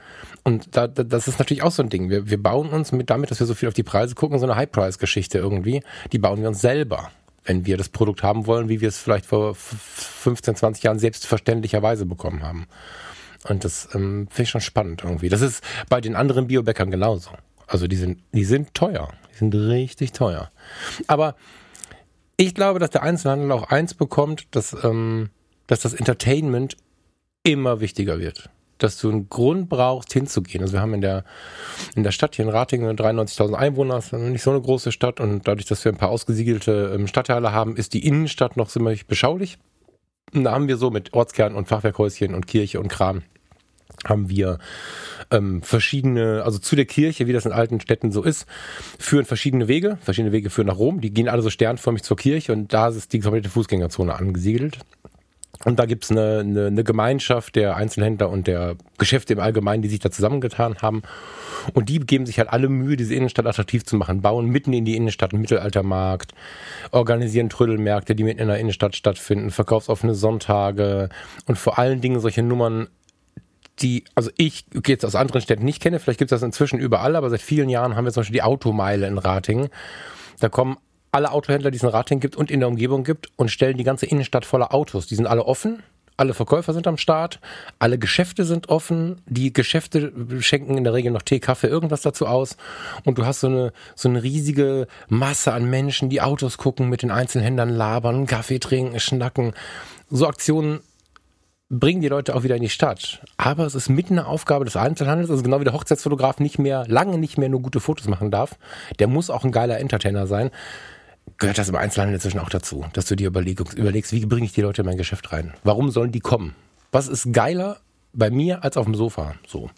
Speaker 2: Und das ist natürlich auch so ein Ding. Wir bauen uns damit, dass wir so viel auf die Preise gucken, so eine High-Price-Geschichte irgendwie, die bauen wir uns selber, wenn wir das Produkt haben wollen, wie wir es vielleicht vor 15, 20 Jahren selbstverständlicherweise bekommen haben. Und das finde ich schon spannend irgendwie. Das ist bei den anderen Biobäckern genauso. Also die sind teuer. Die sind richtig teuer. Aber ich glaube, dass der Einzelhandel auch eins bekommt, dass das Entertainment immer wichtiger wird. Dass du einen Grund brauchst, hinzugehen. Also wir haben in der Stadt hier in Ratingen 93.000 Einwohner, das ist nicht so eine große Stadt, und dadurch, dass wir ein paar ausgesiedelte Stadtteile haben, ist die Innenstadt noch ziemlich beschaulich. Und da haben wir so mit Ortskern und Fachwerkhäuschen und Kirche und Kram haben wir verschiedene, also zu der Kirche, wie das in alten Städten so ist, führen verschiedene Wege. Verschiedene Wege führen nach Rom. Die gehen alle so sternförmig zur Kirche und da ist die komplette Fußgängerzone angesiedelt. Und da gibt's eine Gemeinschaft der Einzelhändler und der Geschäfte im Allgemeinen, die sich da zusammengetan haben. Und die geben sich halt alle Mühe, diese Innenstadt attraktiv zu machen, bauen mitten in die Innenstadt einen Mittelaltermarkt, organisieren Trödelmärkte, die mitten in der Innenstadt stattfinden, verkaufsoffene Sonntage und vor allen Dingen solche Nummern, die, also ich jetzt aus anderen Städten nicht kenne, vielleicht gibt's das inzwischen überall, aber seit vielen Jahren haben wir zum Beispiel die Automeile in Ratingen. Da kommen alle Autohändler, die es in Ratingen gibt und in der Umgebung gibt, und stellen die ganze Innenstadt voller Autos. Die sind alle offen, alle Verkäufer sind am Start, alle Geschäfte sind offen, die Geschäfte schenken in der Regel noch Tee, Kaffee, irgendwas dazu aus, und du hast so eine riesige Masse an Menschen, die Autos gucken, mit den Einzelhändlern labern, Kaffee trinken, schnacken. So Aktionen bringen die Leute auch wieder in die Stadt. Aber es ist mitten eine Aufgabe des Einzelhandels, also genau wie der Hochzeitsfotograf lange nicht mehr nur gute Fotos machen darf, der muss auch ein geiler Entertainer sein, gehört das im Einzelhandel inzwischen auch dazu, dass du dir überlegst, wie bringe ich die Leute in mein Geschäft rein? Warum sollen die kommen? Was ist geiler bei mir als auf dem Sofa? So.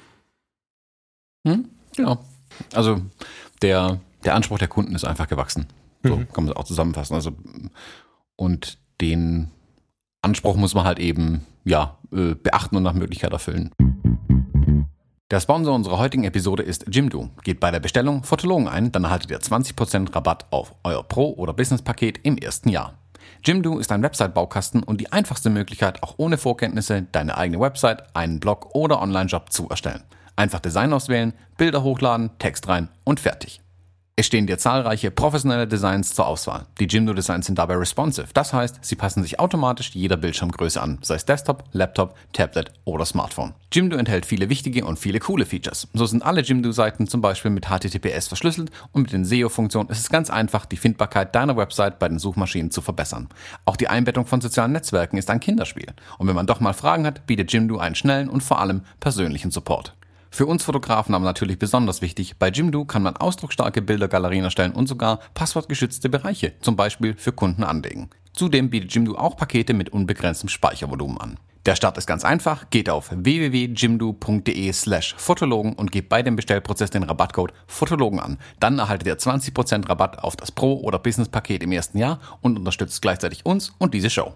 Speaker 1: Genau. Also der Anspruch der Kunden ist einfach gewachsen. So kann man es auch zusammenfassen. Also, und den Anspruch muss man halt eben beachten und nach Möglichkeit erfüllen. Der Sponsor unserer heutigen Episode ist Jimdo. Geht bei der Bestellung Fotologen ein, dann erhaltet ihr 20% Rabatt auf euer Pro- oder Business-Paket im ersten Jahr. Jimdo ist ein Website-Baukasten und die einfachste Möglichkeit, auch ohne Vorkenntnisse deine eigene Website, einen Blog oder Online-Shop zu erstellen. Einfach Design auswählen, Bilder hochladen, Text rein und fertig. Es stehen dir zahlreiche professionelle Designs zur Auswahl. Die Jimdo-Designs sind dabei responsive. Das heißt, sie passen sich automatisch jeder Bildschirmgröße an, sei es Desktop, Laptop, Tablet oder Smartphone. Jimdo enthält viele wichtige und viele coole Features. So sind alle Jimdo-Seiten zum Beispiel mit HTTPS verschlüsselt, und mit den SEO-Funktionen ist es ganz einfach, die Findbarkeit deiner Website bei den Suchmaschinen zu verbessern. Auch die Einbettung von sozialen Netzwerken ist ein Kinderspiel. Und wenn man doch mal Fragen hat, bietet Jimdo einen schnellen und vor allem persönlichen Support. Für uns Fotografen aber natürlich besonders wichtig, bei Jimdo kann man ausdrucksstarke Bildergalerien erstellen und sogar passwortgeschützte Bereiche, zum Beispiel für Kunden, anlegen. Zudem bietet Jimdo auch Pakete mit unbegrenztem Speichervolumen an. Der Start ist ganz einfach, geht auf www.jimdo.de/Fotologen und gebt bei dem Bestellprozess den Rabattcode Fotologen an. Dann erhaltet ihr 20% Rabatt auf das Pro- oder Business-Paket im ersten Jahr und unterstützt gleichzeitig uns und diese Show.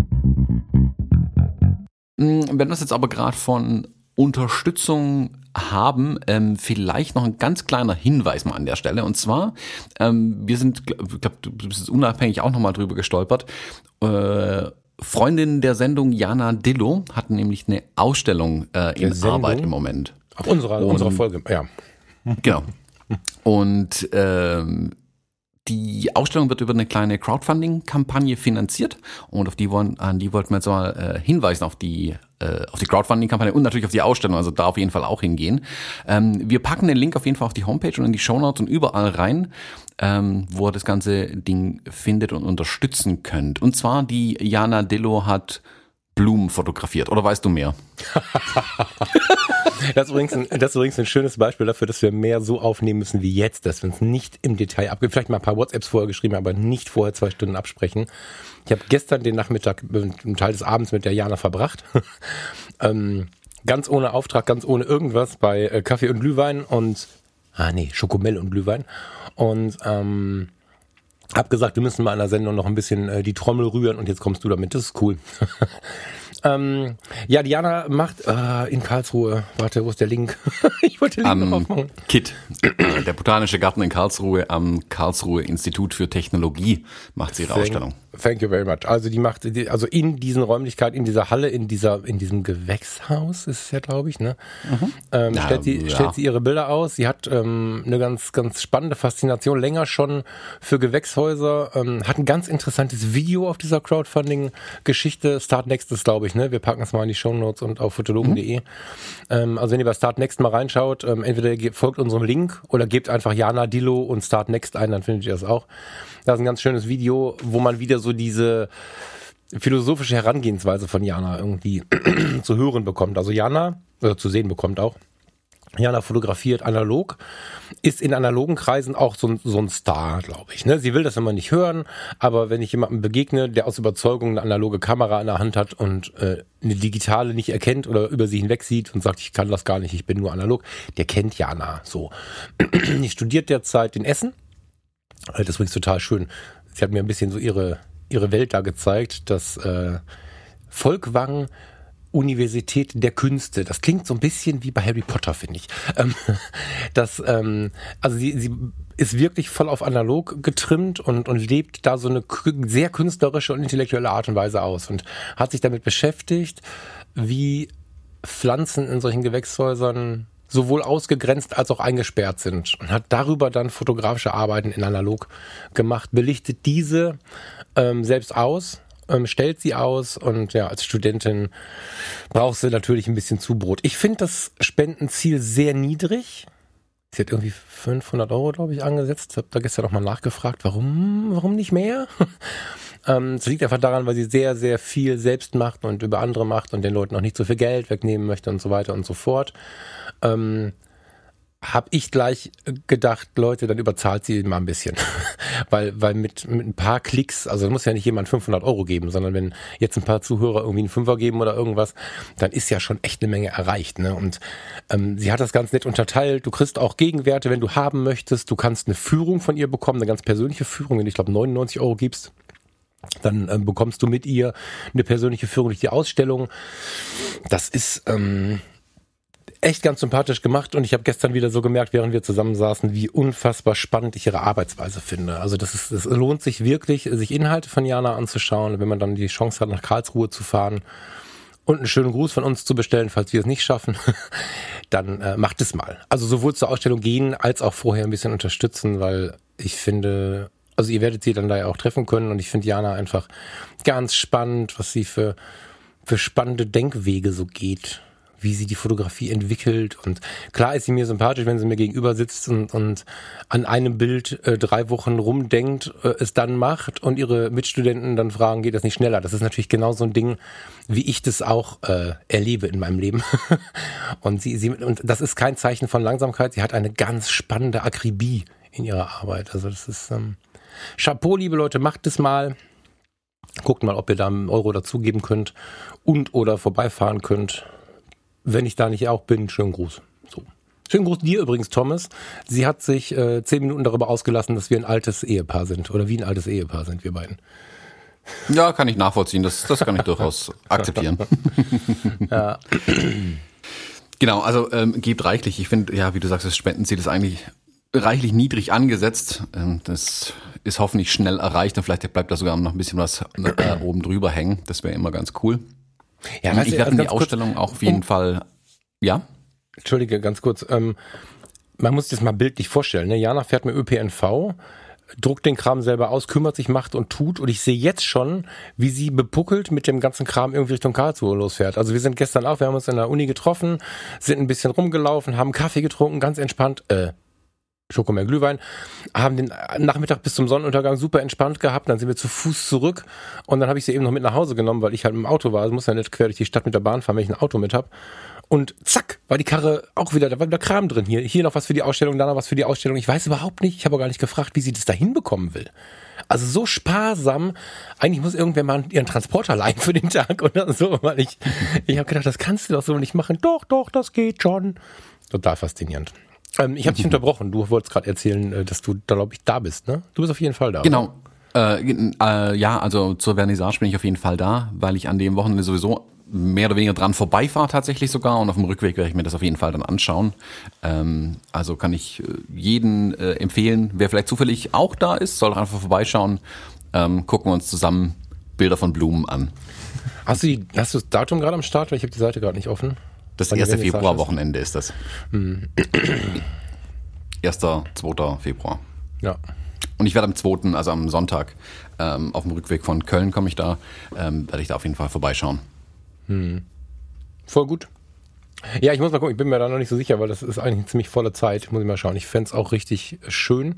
Speaker 1: Wenn wir es jetzt aber gerade von Unterstützung haben, vielleicht noch ein ganz kleiner Hinweis mal an der Stelle. Und zwar, wir sind, ich glaube, du bist jetzt unabhängig auch nochmal drüber gestolpert. Freundin der Sendung Jana Dillo hat nämlich eine Ausstellung in Arbeit im Moment.
Speaker 2: Auf unserer Folge, ja.
Speaker 1: Genau. Und die Ausstellung wird über eine kleine Crowdfunding-Kampagne finanziert, und an die wollten wir jetzt mal hinweisen, auf die Crowdfunding-Kampagne und natürlich auf die Ausstellung, also da auf jeden Fall auch hingehen. Wir packen den Link auf jeden Fall auf die Homepage und in die Shownotes und überall rein, wo ihr das ganze Ding findet und unterstützen könnt. Und zwar, die Jana Dillo hat Blumen fotografiert, oder weißt du mehr?
Speaker 2: Das ist übrigens ein schönes Beispiel dafür, dass wir mehr so aufnehmen müssen wie jetzt, dass wir uns nicht im Detail vielleicht mal ein paar WhatsApps vorher geschrieben, aber nicht vorher 2 Stunden absprechen. Ich habe gestern den Nachmittag, einen Teil des Abends mit der Jana verbracht. Ganz ohne Auftrag, ganz ohne irgendwas, bei Kaffee und Glühwein und Schokomel und Glühwein. Und hab gesagt, wir müssen mal in der Sendung noch ein bisschen die Trommel rühren, und jetzt kommst du damit, das ist cool. Ja, Diana macht in Karlsruhe, warte, wo ist der Link? Ich wollte den Link noch aufmachen.
Speaker 1: KIT, der Botanische Garten in Karlsruhe, am Karlsruhe Institut für Technologie macht sie ihre Ausstellung.
Speaker 2: Thank you very much. Also die macht, also in diesen Räumlichkeiten, in dieser Halle, in diesem Gewächshaus ist es ja, glaube ich, ne? Stellt sie ihre Bilder aus. Sie hat eine ganz, ganz spannende Faszination, länger schon für Gewächshäuser, hat ein ganz interessantes Video auf dieser Crowdfunding-Geschichte. Startnext ist, glaube ich, ne? Wir packen es mal in die Shownotes und auf fotologen.de. Also wenn ihr bei Startnext mal reinschaut, entweder ihr folgt unserem Link oder gebt einfach Jana Dillo und Startnext ein, dann findet ihr das auch. Da ist ein ganz schönes Video, wo man wieder so diese philosophische Herangehensweise von Jana irgendwie zu hören bekommt. Also Jana, zu sehen bekommt auch. Jana fotografiert analog, ist in analogen Kreisen auch so ein Star, glaube ich. Ne? Sie will das immer nicht hören, aber wenn ich jemandem begegne, der aus Überzeugung eine analoge Kamera in der Hand hat und eine digitale nicht erkennt oder über sie hinweg sieht und sagt, ich kann das gar nicht, ich bin nur analog, der kennt Jana. So. Die studiert derzeit in Essen. Das ist übrigens total schön. Sie hat mir ein bisschen so ihre Welt da gezeigt, das Folkwang Universität der Künste. Das klingt so ein bisschen wie bei Harry Potter, finde ich. Also sie ist wirklich voll auf analog getrimmt und lebt da so eine sehr künstlerische und intellektuelle Art und Weise aus und hat sich damit beschäftigt, wie Pflanzen in solchen Gewächshäusern sowohl ausgegrenzt als auch eingesperrt sind und hat darüber dann fotografische Arbeiten in analog gemacht, belichtet diese selbst aus, stellt sie aus und ja, als Studentin brauchst du natürlich ein bisschen Zubrot. Ich finde das Spendenziel sehr niedrig. Sie hat irgendwie 500 €, glaube ich, angesetzt. Ich habe da gestern noch mal nachgefragt, warum nicht mehr? Es liegt einfach daran, weil sie sehr, sehr viel selbst macht und über andere macht und den Leuten auch nicht so viel Geld wegnehmen möchte und so weiter und so fort. Habe ich gleich gedacht, Leute, dann überzahlt sie mal ein bisschen. weil mit ein paar Klicks, also muss ja nicht jemand 500 € geben, sondern wenn jetzt ein paar Zuhörer irgendwie einen Fünfer geben oder irgendwas, dann ist ja schon echt eine Menge erreicht. Ne? Und sie hat das ganz nett unterteilt. Du kriegst auch Gegenwerte, wenn du haben möchtest. Du kannst eine Führung von ihr bekommen, eine ganz persönliche Führung, wenn du, ich glaube, 99 € gibst. Dann bekommst du mit ihr eine persönliche Führung durch die Ausstellung. Das ist echt ganz sympathisch gemacht und ich habe gestern wieder so gemerkt, während wir zusammensaßen, wie unfassbar spannend ich ihre Arbeitsweise finde. Also es lohnt sich wirklich, sich Inhalte von Jana anzuschauen, wenn man dann die Chance hat, nach Karlsruhe zu fahren und einen schönen Gruß von uns zu bestellen, falls wir es nicht schaffen, dann macht es mal. Also sowohl zur Ausstellung gehen, als auch vorher ein bisschen unterstützen, weil ich finde, also ihr werdet sie dann da ja auch treffen können und ich finde Jana einfach ganz spannend, was sie für spannende Denkwege so geht, wie sie die Fotografie entwickelt und klar ist sie mir sympathisch, wenn sie mir gegenüber sitzt und an einem Bild 3 Wochen rumdenkt, es dann macht und ihre Mitstudenten dann fragen, geht das nicht schneller? Das ist natürlich genau so ein Ding, wie ich das auch erlebe in meinem Leben. Und und das ist kein Zeichen von Langsamkeit, sie hat eine ganz spannende Akribie in ihrer Arbeit. Also das ist Chapeau, liebe Leute, macht es mal. Guckt mal, ob ihr da einen Euro dazugeben könnt und oder vorbeifahren könnt. Wenn ich da nicht auch bin, schönen Gruß. So. Schönen Gruß dir übrigens, Thomas. Sie hat sich 10 Minuten darüber ausgelassen, dass wir ein altes Ehepaar sind. Oder wie ein altes Ehepaar sind wir beiden.
Speaker 1: Ja, kann ich nachvollziehen. Das kann ich durchaus akzeptieren.
Speaker 2: Ja.
Speaker 1: Genau, also gebt reichlich. Ich finde, ja, wie du sagst, das Spendenziel ist eigentlich reichlich niedrig angesetzt. Das ist hoffentlich schnell erreicht und vielleicht bleibt da sogar noch ein bisschen was oben drüber hängen. Das wäre immer ganz cool. Ja, ich werde die Ausstellung auch auf jeden Fall, ja?
Speaker 2: Entschuldige, ganz kurz. Man muss das mal bildlich vorstellen. Ne? Jana fährt mit ÖPNV, druckt den Kram selber aus, kümmert sich, macht und tut. Und ich sehe jetzt schon, wie sie bepuckelt mit dem ganzen Kram irgendwie Richtung Karlsruhe losfährt. Also wir sind gestern auch, wir haben uns in der Uni getroffen, sind ein bisschen rumgelaufen, haben Kaffee getrunken, ganz entspannt, Schokomeer Glühwein, haben den Nachmittag bis zum Sonnenuntergang super entspannt gehabt, dann sind wir zu Fuß zurück und dann habe ich sie eben noch mit nach Hause genommen, weil ich halt im Auto war, also muss ja nicht quer durch die Stadt mit der Bahn fahren, wenn ich ein Auto mit habe. Und zack, war die Karre auch wieder, da war wieder Kram drin. Hier noch was für die Ausstellung, da noch was für die Ausstellung. Ich weiß überhaupt nicht, ich habe auch gar nicht gefragt, wie sie das da hinbekommen will. Also so sparsam, eigentlich muss irgendwer mal ihren Transporter leihen für den Tag oder so, weil ich habe gedacht, das kannst du doch so nicht machen. Doch, das geht schon. Total faszinierend. Ich habe dich unterbrochen. Du wolltest gerade erzählen, dass du da, glaube ich, da bist, ne? Du bist auf jeden Fall da.
Speaker 1: Genau.
Speaker 2: Oder?
Speaker 1: Ja, also zur Vernissage bin ich auf jeden Fall da, weil ich an dem Wochenende sowieso mehr oder weniger dran vorbeifahre tatsächlich sogar, und auf dem Rückweg werde ich mir das auf jeden Fall dann anschauen. Also kann ich jeden empfehlen, wer vielleicht zufällig auch da ist, soll doch einfach vorbeischauen. Gucken wir uns zusammen Bilder von Blumen an.
Speaker 2: Hast du das Datum gerade am Start? Weil ich habe die Seite gerade nicht offen.
Speaker 1: Das 1. Februar-Wochenende ist das. 1., 2. Februar.
Speaker 2: Ja.
Speaker 1: Und ich werde am 2., also am Sonntag, auf dem Rückweg von Köln komme ich da, werde ich da auf jeden Fall vorbeischauen.
Speaker 2: Voll gut. Ja, ich muss mal gucken, ich bin mir da noch nicht so sicher, weil das ist eigentlich eine ziemlich volle Zeit. Muss ich mal schauen. Ich fände es auch richtig schön,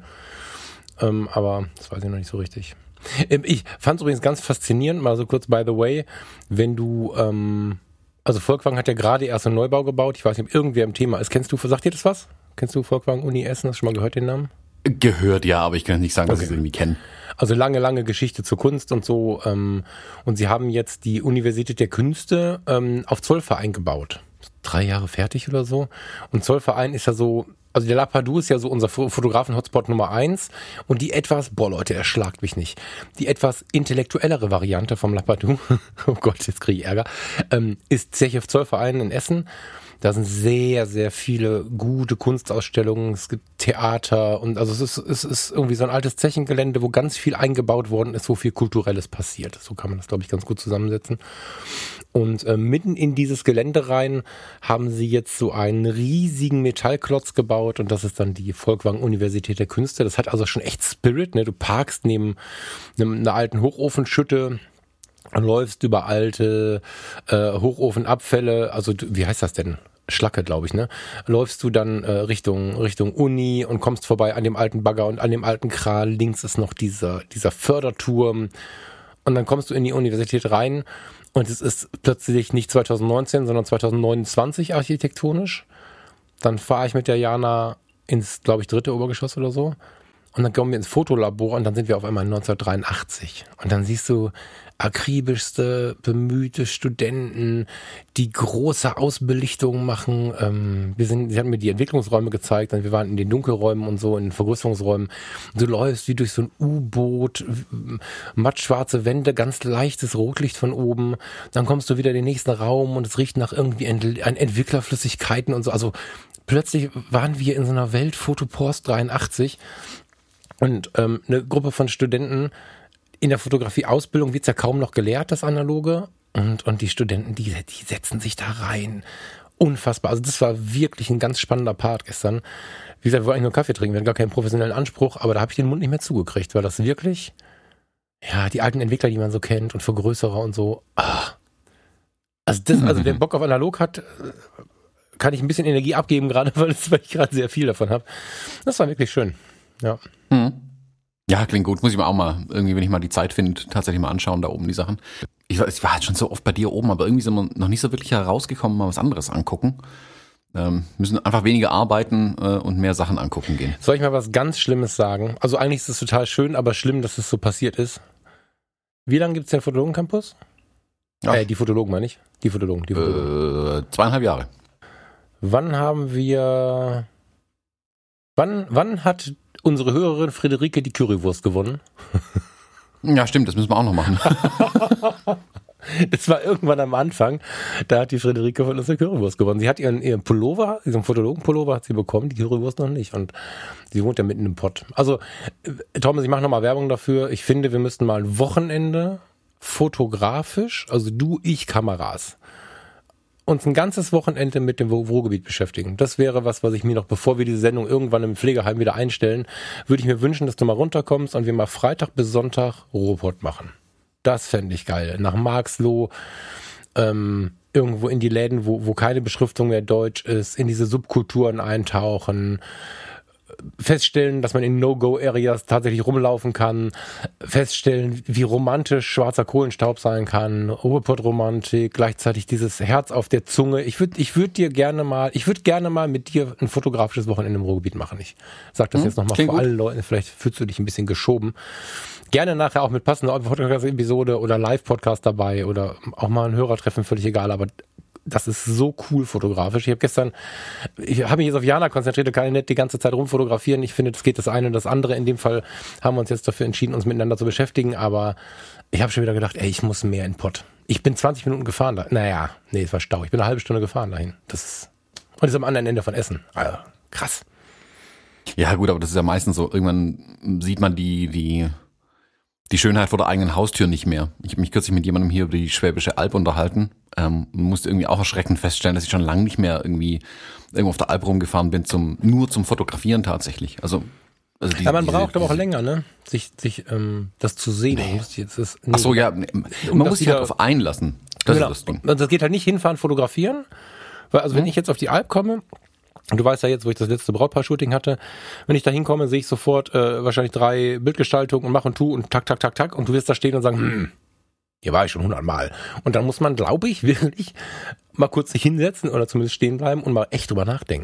Speaker 2: aber das weiß ich noch nicht so richtig. Ich fand es übrigens ganz faszinierend, mal so kurz by the way, wenn du, also Volkwang hat ja gerade erst einen Neubau gebaut. Ich weiß nicht, ob irgendwer im Thema ist. Sagt dir das was? Kennst du Volkwang Uni Essen? Hast du schon mal gehört den Namen?
Speaker 1: Gehört, ja, aber ich kann nicht sagen, dass ich es irgendwie kenne.
Speaker 2: Also lange Geschichte zur Kunst und so. Und sie haben jetzt die Universität der Künste auf Zollverein gebaut. 3 Jahre fertig oder so. Und Zollverein ist ja so, also der Lapadou ist ja so unser Fotografen-Hotspot Nummer 1. Und die etwas, Leute, erschlagt mich nicht, die etwas intellektuellere Variante vom Lapadou, oh Gott, jetzt kriege ich Ärger, ist Zeche Zollverein in Essen. Da sind sehr, sehr viele gute Kunstausstellungen. Es gibt Theater und also es ist irgendwie so ein altes Zechengelände, wo ganz viel eingebaut worden ist, wo viel Kulturelles passiert. So kann man das, glaube ich, ganz gut zusammensetzen. Und mitten in dieses Gelände rein haben sie jetzt so einen riesigen Metallklotz gebaut und das ist dann die Volkwang Universität der Künste. Das hat also schon echt Spirit, ne? Du parkst neben einer alten Hochofenschütte, läufst über alte Hochofenabfälle, also wie heißt das denn? Schlacke, glaube ich, ne? Läufst du dann Richtung Uni und kommst vorbei an dem alten Bagger und an dem alten Kral. Links ist noch dieser Förderturm. Und dann kommst du in die Universität rein und es ist plötzlich nicht 2019, sondern 2029 architektonisch. Dann fahre ich mit der Jana ins, glaube ich, 3. Obergeschoss oder so. Und dann kommen wir ins Fotolabor und dann sind wir auf einmal in 1983. Und dann siehst du akribischste, bemühte Studenten, die große Ausbelichtungen machen. Sie haben mir die Entwicklungsräume gezeigt, und wir waren in den Dunkelräumen und so, in den Vergrößerungsräumen. Und du läufst wie durch so ein U-Boot, mattschwarze Wände, ganz leichtes Rotlicht von oben. Dann kommst du wieder in den nächsten Raum und es riecht nach irgendwie an Entwicklerflüssigkeiten und so. Also plötzlich waren wir in so einer Welt Fotopost 83 und eine Gruppe von Studenten. In der Fotografie-Ausbildung wird es ja kaum noch gelehrt, das Analoge. Und die Studenten, die setzen sich da rein. Unfassbar. Also das war wirklich ein ganz spannender Part gestern. Wie gesagt, wir wollten eigentlich nur Kaffee trinken, wir hatten gar keinen professionellen Anspruch, aber da habe ich den Mund nicht mehr zugekriegt, weil das wirklich, ja, die alten Entwickler, die man so kennt und Vergrößerer und so. Also wer Bock auf Analog hat, kann ich ein bisschen Energie abgeben gerade, weil ich gerade sehr viel davon habe. Das war wirklich schön. Ja.
Speaker 1: Ja, klingt gut. Muss ich mir auch mal irgendwie, wenn ich mal die Zeit finde, tatsächlich mal anschauen, da oben die Sachen. Ich war halt schon so oft bei dir oben, aber irgendwie sind wir noch nicht so wirklich herausgekommen, mal was anderes angucken. Müssen einfach weniger arbeiten und mehr Sachen angucken gehen.
Speaker 2: Soll ich mal was ganz Schlimmes sagen? Also eigentlich ist es total schön, aber schlimm, dass es so passiert ist. Wie lange gibt es den Fotologen-Campus?
Speaker 1: Ja.
Speaker 2: Die Fotologen meine ich. Die Fotologen.
Speaker 1: 2,5 Jahre.
Speaker 2: Wann hat unsere Hörerin Friederike die Currywurst gewonnen?
Speaker 1: Ja, stimmt, das müssen wir auch noch machen.
Speaker 2: Das war irgendwann am Anfang, da hat die Friederike von uns eine Currywurst gewonnen. Sie hat ihren Pullover, diesen Fotologen-Pullover hat sie bekommen, die Currywurst noch nicht. Und sie wohnt ja mitten im Pott. Also, Thomas, ich mache nochmal Werbung dafür. Ich finde, wir müssten mal ein Wochenende fotografisch, also du, ich, Kameras, uns ein ganzes Wochenende mit dem Ruhrgebiet beschäftigen. Das wäre was ich mir noch, bevor wir diese Sendung irgendwann im Pflegeheim wieder einstellen, würde ich mir wünschen, dass du mal runterkommst und wir mal Freitag bis Sonntag Ruhrpott machen. Das fände ich geil. Nach Marxloh, irgendwo in die Läden, wo keine Beschriftung mehr deutsch ist, in diese Subkulturen eintauchen, feststellen, dass man in No-Go-Areas tatsächlich rumlaufen kann, feststellen, wie romantisch schwarzer Kohlenstaub sein kann, Ruhrpott-Romantik, gleichzeitig dieses Herz auf der Zunge. Ich würde gerne mal mit dir ein fotografisches Wochenende im Ruhrgebiet machen. Ich sag das jetzt nochmal vor allen Leuten, vielleicht fühlst du dich ein bisschen geschoben. Gerne nachher auch mit passender Podcast-Episode oder Live-Podcast dabei oder auch mal ein Hörertreffen, völlig egal, aber das ist so cool fotografisch. Ich habe mich jetzt auf Jana konzentriert, da kann ich nicht die ganze Zeit rumfotografieren. Ich finde, es geht das eine und das andere. In dem Fall haben wir uns jetzt dafür entschieden, uns miteinander zu beschäftigen, aber ich habe schon wieder gedacht, ich muss mehr in Pott. Ich bin 20 Minuten gefahren da. Es war Stau. Ich bin eine halbe Stunde gefahren dahin. Und das ist am anderen Ende von Essen. Also, krass.
Speaker 1: Ja gut, aber das ist ja meistens so, irgendwann sieht man die Schönheit vor der eigenen Haustür nicht mehr. Ich habe mich kürzlich mit jemandem hier über die Schwäbische Alb unterhalten und musste irgendwie auch erschreckend feststellen, dass ich schon lange nicht mehr irgendwo auf der Alp rumgefahren bin, nur zum Fotografieren tatsächlich. Also
Speaker 2: man braucht aber auch länger, ne? Sich das zu sehen. Nee.
Speaker 1: Ach so, ja. Man muss sich halt darauf einlassen. Das ist das Ding.
Speaker 2: Das geht halt nicht hinfahren, fotografieren. Weil, wenn ich jetzt auf die Alp komme, und du weißt ja jetzt, wo ich das letzte Brautpaar-Shooting hatte, wenn ich da hinkomme, sehe ich sofort wahrscheinlich 3 Bildgestaltungen und mach und tu und tak. Und du wirst da stehen und sagen, hier war ich schon 100 Mal. Und dann muss man, glaube ich, wirklich mal kurz sich hinsetzen oder zumindest stehen bleiben und mal echt drüber nachdenken.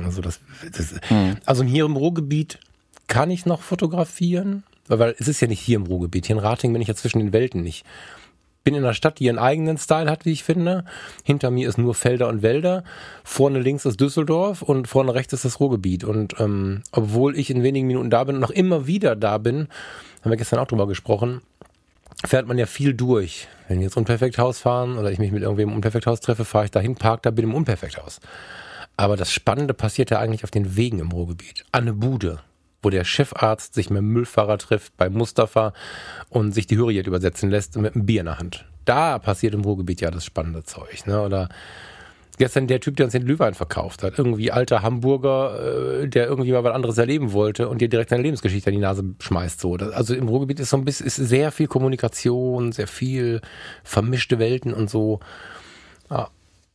Speaker 2: Also hier im Ruhrgebiet kann ich noch fotografieren, weil es ist ja nicht hier im Ruhrgebiet. Hier in Ratingen bin ich ja zwischen den Welten nicht. Bin in einer Stadt, die ihren eigenen Style hat, wie ich finde. Hinter mir ist nur Felder und Wälder. Vorne links ist Düsseldorf und vorne rechts ist das Ruhrgebiet. Und obwohl ich in wenigen Minuten da bin und noch immer wieder da bin, haben wir gestern auch drüber gesprochen, fährt man ja viel durch. Wenn wir jetzt Unperfekthaus fahren oder ich mich mit irgendwem im Unperfekthaus treffe, fahre ich dahin, park da, bin im Unperfekthaus. Aber das Spannende passiert ja eigentlich auf den Wegen im Ruhrgebiet. An eine Bude, wo der Chefarzt sich mit dem Müllfahrer trifft bei Mustafa und sich die Hürriyet übersetzen lässt mit einem Bier in der Hand. Da passiert im Ruhrgebiet ja das spannende Zeug. Ne? Oder gestern der Typ, der uns den Glühwein verkauft hat. Irgendwie alter Hamburger, der irgendwie mal was anderes erleben wollte und dir direkt seine Lebensgeschichte an die Nase schmeißt. So. Also im Ruhrgebiet ist ist sehr viel Kommunikation, sehr viel vermischte Welten und so. Ja.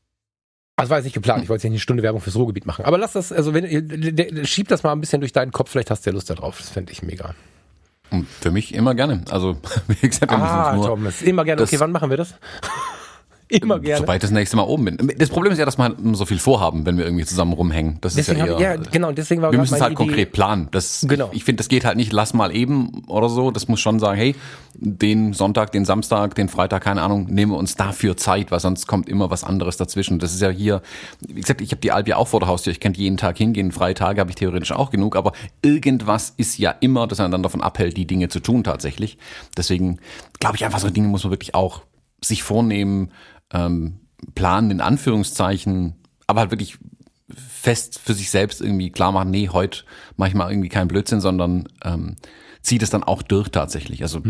Speaker 2: Das war jetzt nicht geplant, ich wollte jetzt nicht eine Stunde Werbung fürs Ruhrgebiet machen. Aber lass das, schieb das mal ein bisschen durch deinen Kopf, vielleicht hast du ja Lust da drauf. Das fände ich mega.
Speaker 1: Und für mich immer gerne. Also, wie gesagt, wir müssen uns nur...
Speaker 2: Thomas, immer gerne. Okay, wann machen wir das? Immer gerne.
Speaker 1: Sobald ich das nächste Mal oben bin. Das Problem ist ja, dass wir halt so viel vorhaben, wenn wir irgendwie zusammen rumhängen. Das deswegen ist ja eher...
Speaker 2: deswegen war
Speaker 1: wir müssen es halt konkret planen.
Speaker 2: Genau.
Speaker 1: Ich finde, das geht halt nicht, lass mal eben oder so. Das muss schon sagen, hey, den Sonntag, den Samstag, den Freitag, keine Ahnung, nehmen wir uns dafür Zeit, weil sonst kommt immer was anderes dazwischen. Das ist ja hier, wie gesagt, ich habe die Alp ja auch vor der Haustür. Ich könnte jeden Tag hingehen, freie Tage habe ich theoretisch auch genug, aber irgendwas ist ja immer, das einen dann davon abhält, die Dinge zu tun tatsächlich. Deswegen glaube ich einfach, so Dinge muss man wirklich auch sich vornehmen, planen, in Anführungszeichen, aber halt wirklich fest für sich selbst irgendwie klar machen, nee, heute mache ich mal irgendwie keinen Blödsinn, sondern ziehe das dann auch durch tatsächlich. Also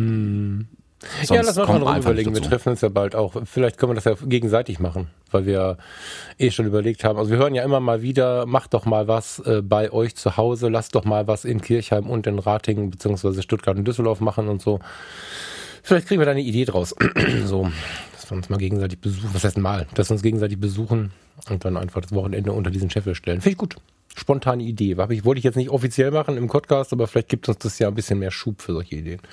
Speaker 2: ja, lass mal noch überlegen. Wir treffen uns ja bald auch. Vielleicht können wir das ja gegenseitig machen, weil wir schon überlegt haben. Also wir hören ja immer mal wieder, macht doch mal was bei euch zu Hause, lasst doch mal was in Kirchheim und in Ratingen beziehungsweise Stuttgart und Düsseldorf machen und so. Vielleicht kriegen wir da eine Idee draus. So, dass wir uns mal gegenseitig besuchen. Was heißt mal? Dass wir uns gegenseitig besuchen und dann einfach das Wochenende unter diesen Scheffel stellen. Finde ich gut. Spontane Idee. Wollte ich jetzt nicht offiziell machen im Podcast, aber vielleicht gibt uns das ja ein bisschen mehr Schub für solche Ideen.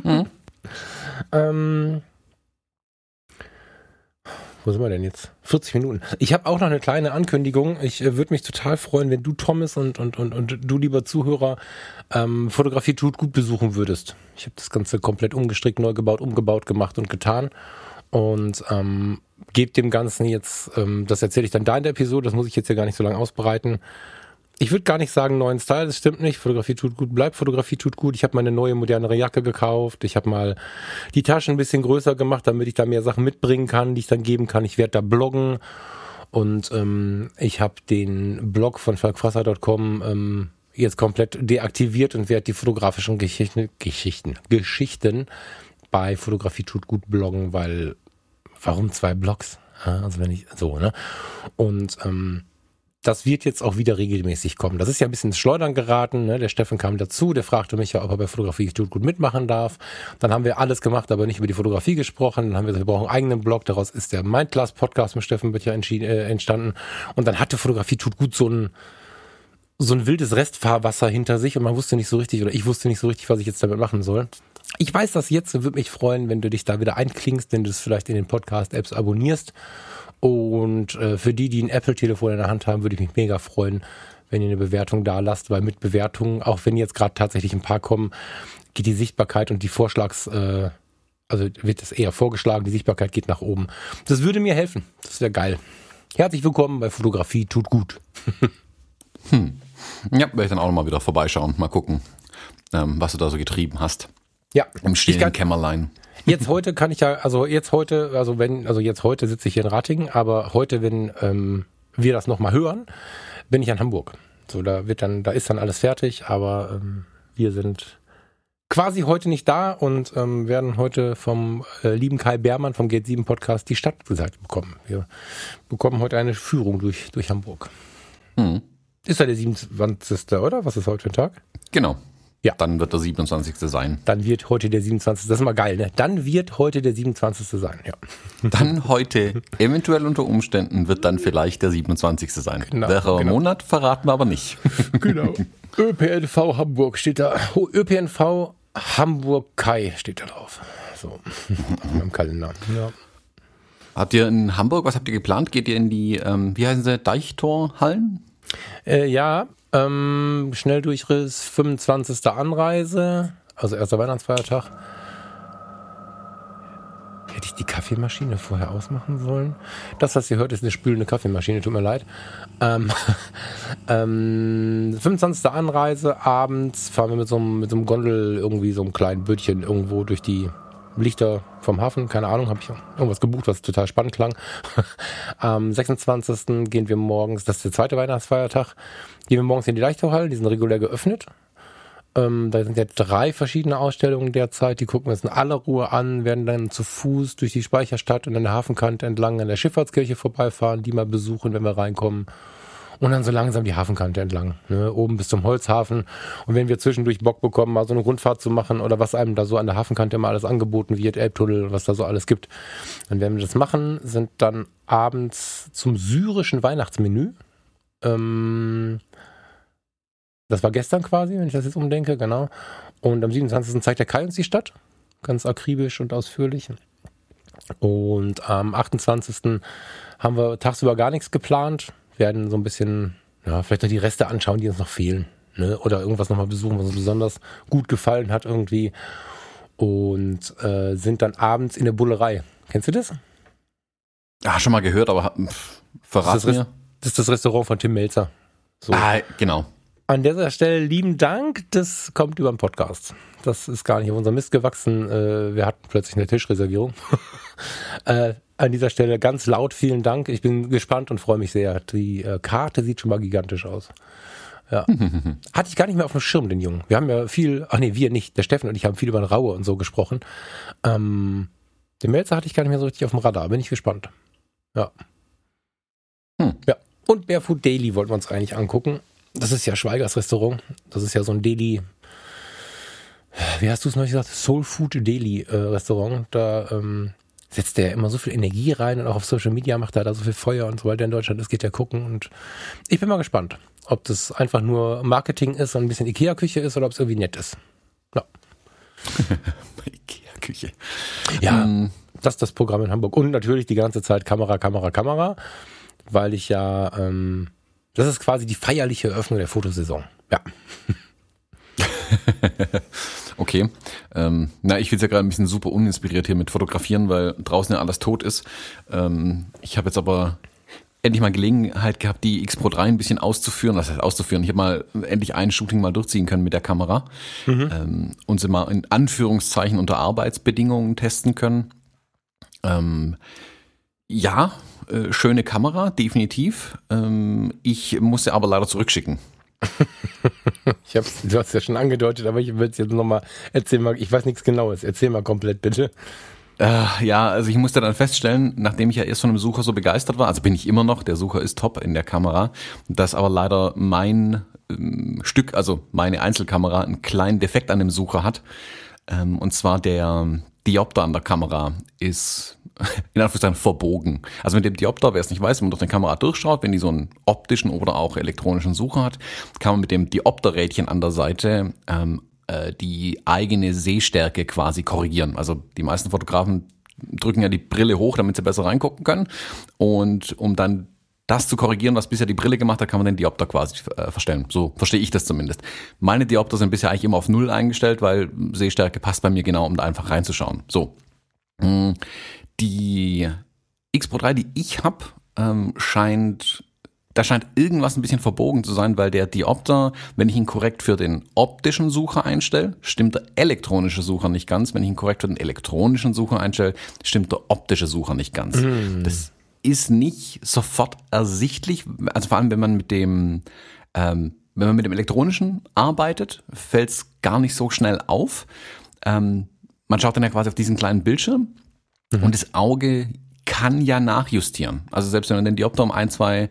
Speaker 2: Wo sind wir denn jetzt? 40 Minuten. Ich habe auch noch eine kleine Ankündigung. Ich würde mich total freuen, wenn du, Thomas, und du, lieber Zuhörer, Fotografie tut gut besuchen würdest. Ich habe das Ganze komplett umgestrickt, neu gebaut, umgebaut, gemacht und getan. Und gebe dem Ganzen jetzt, das erzähle ich dann da in der Episode, das muss ich jetzt ja gar nicht so lange ausbreiten. Ich würde gar nicht sagen neuen Style, das stimmt nicht. Fotografie tut gut, bleibt Fotografie tut gut. Ich habe meine neue, modernere Jacke gekauft. Ich habe mal die Taschen ein bisschen größer gemacht, damit ich da mehr Sachen mitbringen kann, die ich dann geben kann. Ich werde da bloggen. Und ich habe den Blog von falkfrasser.com jetzt komplett deaktiviert und werde die fotografischen Geschichten bei Fotografie tut gut bloggen, weil warum 2 Blogs? Also wenn ich so, ne? Und das wird jetzt auch wieder regelmäßig kommen. Das ist ja ein bisschen ins Schleudern geraten. Ne? Der Steffen kam dazu, der fragte mich ja, ob er bei Fotografie tut gut mitmachen darf. Dann haben wir alles gemacht, aber nicht über die Fotografie gesprochen. Dann haben wir brauchen einen eigenen Blog. Daraus ist der Mindclass-Podcast mit Steffen wird ja entstanden. Und dann hatte Fotografie tut gut so ein wildes Restfahrwasser hinter sich und man wusste nicht so richtig, oder ich wusste nicht so richtig, was ich jetzt damit machen soll. Ich weiß das jetzt und würde mich freuen, wenn du dich da wieder einklingst, wenn du es vielleicht in den Podcast-Apps abonnierst. Und für die ein Apple-Telefon in der Hand haben, würde ich mich mega freuen, wenn ihr eine Bewertung da lasst, weil mit Bewertungen, auch wenn jetzt gerade tatsächlich ein paar kommen, geht die Sichtbarkeit und die also wird es eher vorgeschlagen, die Sichtbarkeit geht nach oben. Das würde mir helfen. Das wäre geil. Herzlich willkommen bei Fotografie tut gut.
Speaker 1: Ja, werde ich dann auch nochmal wieder vorbeischauen, mal gucken, was du da so getrieben hast.
Speaker 2: Ja.
Speaker 1: Im stillen Kämmerlein.
Speaker 2: Jetzt heute sitze ich hier in Ratingen, aber heute, wenn wir das nochmal hören, bin ich in Hamburg. So, da ist dann alles fertig, aber wir sind quasi heute nicht da und werden heute vom lieben Kai Beermann vom Gate 7 Podcast die Stadt gesagt bekommen. Wir bekommen heute eine Führung durch Hamburg. Ist ja der 27. oder? Was ist heute für ein Tag?
Speaker 1: Genau.
Speaker 2: Ja.
Speaker 1: Dann wird der 27. sein.
Speaker 2: Dann wird heute der 27. Das ist mal geil, ne? Dann wird heute der 27. sein, ja.
Speaker 1: Dann heute, eventuell unter Umständen, wird dann vielleicht der 27. sein. Welcher Monat verraten wir aber nicht.
Speaker 2: Genau. ÖPNV Hamburg steht da. Oh, ÖPNV Hamburg Kai steht da drauf. So, im Kalender. Ja.
Speaker 1: Habt ihr in Hamburg, was habt ihr geplant? Geht ihr in die, wie heißen sie, Deichtorhallen?
Speaker 2: Schnelldurchriss, 25. Anreise, also erster Weihnachtsfeiertag. Hätte ich die Kaffeemaschine vorher ausmachen sollen? Das, was ihr hört, ist eine spülende Kaffeemaschine, tut mir leid. 25. Anreise, abends fahren wir mit so einem Gondel, irgendwie so einem kleinen Bötchen irgendwo durch die Lichter vom Hafen, keine Ahnung, habe ich irgendwas gebucht, was total spannend klang. Am 26. gehen wir morgens, das ist der zweite Weihnachtsfeiertag, gehen wir morgens in die Deichtorhallen, die sind regulär geöffnet. Da sind ja 3 verschiedene Ausstellungen derzeit, die gucken wir uns in aller Ruhe an, werden dann zu Fuß durch die Speicherstadt und an der Hafenkante entlang an der Schifffahrtskirche vorbeifahren, die mal besuchen, wenn wir reinkommen. Und dann so langsam die Hafenkante entlang, ne, oben bis zum Holzhafen. Und wenn wir zwischendurch Bock bekommen, mal so eine Rundfahrt zu machen oder was einem da so an der Hafenkante immer alles angeboten wird, Elbtunnel und was da so alles gibt, dann werden wir das machen, sind dann abends zum syrischen Weihnachtsmenü. Das war gestern quasi, wenn ich das jetzt umdenke, genau. Und am 27. zeigt der Kai uns die Stadt, ganz akribisch und ausführlich. Und am 28. haben wir tagsüber gar nichts geplant, werden so ein bisschen, ja, vielleicht noch die Reste anschauen, die uns noch fehlen, ne? Oder irgendwas nochmal besuchen, was uns besonders gut gefallen hat irgendwie. Und sind dann abends in der Bullerei. Kennst du das?
Speaker 1: Ja, schon mal gehört, aber verrat mir.
Speaker 2: Das ist das Restaurant von Tim Melzer. So.
Speaker 1: Ah, genau.
Speaker 2: An dieser Stelle lieben Dank, das kommt über den Podcast. Das ist gar nicht auf unser Mist gewachsen. Wir hatten plötzlich eine Tischreservierung. An dieser Stelle ganz laut vielen Dank. Ich bin gespannt und freue mich sehr. Die Karte sieht schon mal gigantisch aus. Ja. Hatte ich gar nicht mehr auf dem Schirm, den Jungen. Wir haben ja viel, wir nicht, der Steffen und ich haben viel über den Raue und so gesprochen. Den Melzer hatte ich gar nicht mehr so richtig auf dem Radar. Bin ich gespannt. Ja. Ja. Und Barefoot Daily wollten wir uns eigentlich angucken. Das ist ja Schweigers Restaurant. Das ist ja so ein Deli, wie hast du es noch gesagt? Soul Food Deli Restaurant. Da setzt der immer so viel Energie rein und auch auf Social Media macht er da so viel Feuer und sobald er in Deutschland ist, geht er gucken. Und ich bin mal gespannt, ob das einfach nur Marketing ist und ein bisschen Ikea-Küche ist oder ob es irgendwie nett ist. Ja.
Speaker 1: Ikea-Küche.
Speaker 2: Ja, das ist das Programm in Hamburg. Und natürlich die ganze Zeit Kamera, weil ich ja, das ist quasi die feierliche Eröffnung der Fotosaison. Ja.
Speaker 1: Okay. Ich finde es ja gerade ein bisschen super uninspiriert hier mit Fotografieren, weil draußen ja alles tot ist. Ich habe jetzt aber endlich mal Gelegenheit gehabt, die X Pro 3 ein bisschen auszuführen. Was heißt auszuführen? Ich habe mal endlich ein Shooting mal durchziehen können mit der Kamera und sie mal in Anführungszeichen unter Arbeitsbedingungen testen können. Schöne Kamera, definitiv. Ich muss sie aber leider zurückschicken.
Speaker 2: Du hast es ja schon angedeutet, aber ich will es jetzt nochmal erzählen. Ich weiß nichts Genaues. Erzähl mal komplett, bitte.
Speaker 1: Also ich musste dann feststellen, nachdem ich ja erst von dem Sucher so begeistert war, also bin ich immer noch, der Sucher ist top in der Kamera, dass aber leider mein Stück, also meine Einzelkamera, einen kleinen Defekt an dem Sucher hat. Und zwar der Diopter an der Kamera ist in Anführungszeichen verbogen. Also mit dem Diopter, wer es nicht weiß, wenn man durch eine Kamera durchschaut, wenn die so einen optischen oder auch elektronischen Sucher hat, kann man mit dem Diopterrädchen an der Seite die eigene Sehstärke quasi korrigieren. Also die meisten Fotografen drücken ja die Brille hoch, damit sie besser reingucken können. Und um dann das zu korrigieren, was bisher die Brille gemacht hat, kann man den Diopter quasi verstellen. So verstehe ich das zumindest. Meine Diopter sind bisher eigentlich immer auf 0 eingestellt, weil Sehstärke passt bei mir genau, um da einfach reinzuschauen. So. Die X Pro 3, die ich habe, scheint irgendwas ein bisschen verbogen zu sein, weil der Diopter, wenn ich ihn korrekt für den optischen Sucher einstelle, stimmt der elektronische Sucher nicht ganz. Wenn ich ihn korrekt für den elektronischen Sucher einstelle, stimmt der optische Sucher nicht ganz. Das ist nicht sofort ersichtlich, also vor allem wenn man mit dem elektronischen arbeitet, fällt es gar nicht so schnell auf. Man schaut dann ja quasi auf diesen kleinen Bildschirm und das Auge kann ja nachjustieren. Also selbst wenn man den Diopter um 1, 2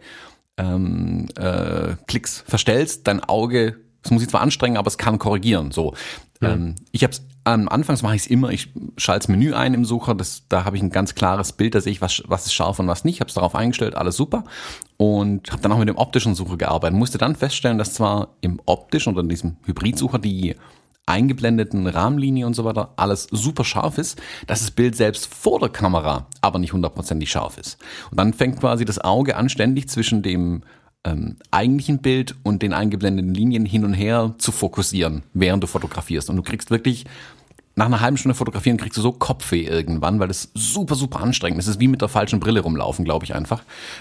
Speaker 1: Klicks verstellst, dein Auge, es muss sich zwar anstrengen, aber es kann korrigieren. So, ich habe es anfangs mache ich es immer, ich schalte das Menü ein im Sucher, da habe ich ein ganz klares Bild, da sehe ich, was ist scharf und was nicht, habe es darauf eingestellt, alles super und habe dann auch mit dem optischen Sucher gearbeitet. Musste dann feststellen, dass zwar im optischen oder in diesem Hybridsucher die eingeblendeten Rahmenlinien und so weiter alles super scharf ist, dass das Bild selbst vor der Kamera aber nicht 100% scharf ist. Und dann fängt quasi das Auge an, ständig zwischen dem eigentlichen Bild und den eingeblendeten Linien hin und her zu fokussieren, während du fotografierst. Und du kriegst wirklich, nach einer halben Stunde fotografieren, kriegst du so Kopfweh irgendwann, weil das super, super anstrengend ist. Es ist wie mit der falschen Brille rumlaufen, glaube ich einfach.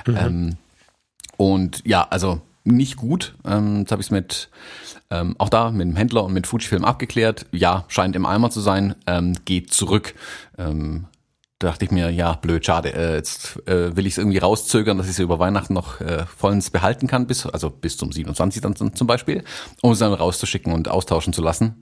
Speaker 1: Und ja, also nicht gut. Jetzt habe ich es auch da mit dem Händler und mit Fujifilm abgeklärt. Ja, scheint im Eimer zu sein, geht zurück. Da dachte ich mir, ja, blöd, schade. Jetzt will ich es irgendwie rauszögern, dass ich es über Weihnachten noch vollends behalten kann, bis zum 27. dann zum Beispiel, um es dann rauszuschicken und austauschen zu lassen,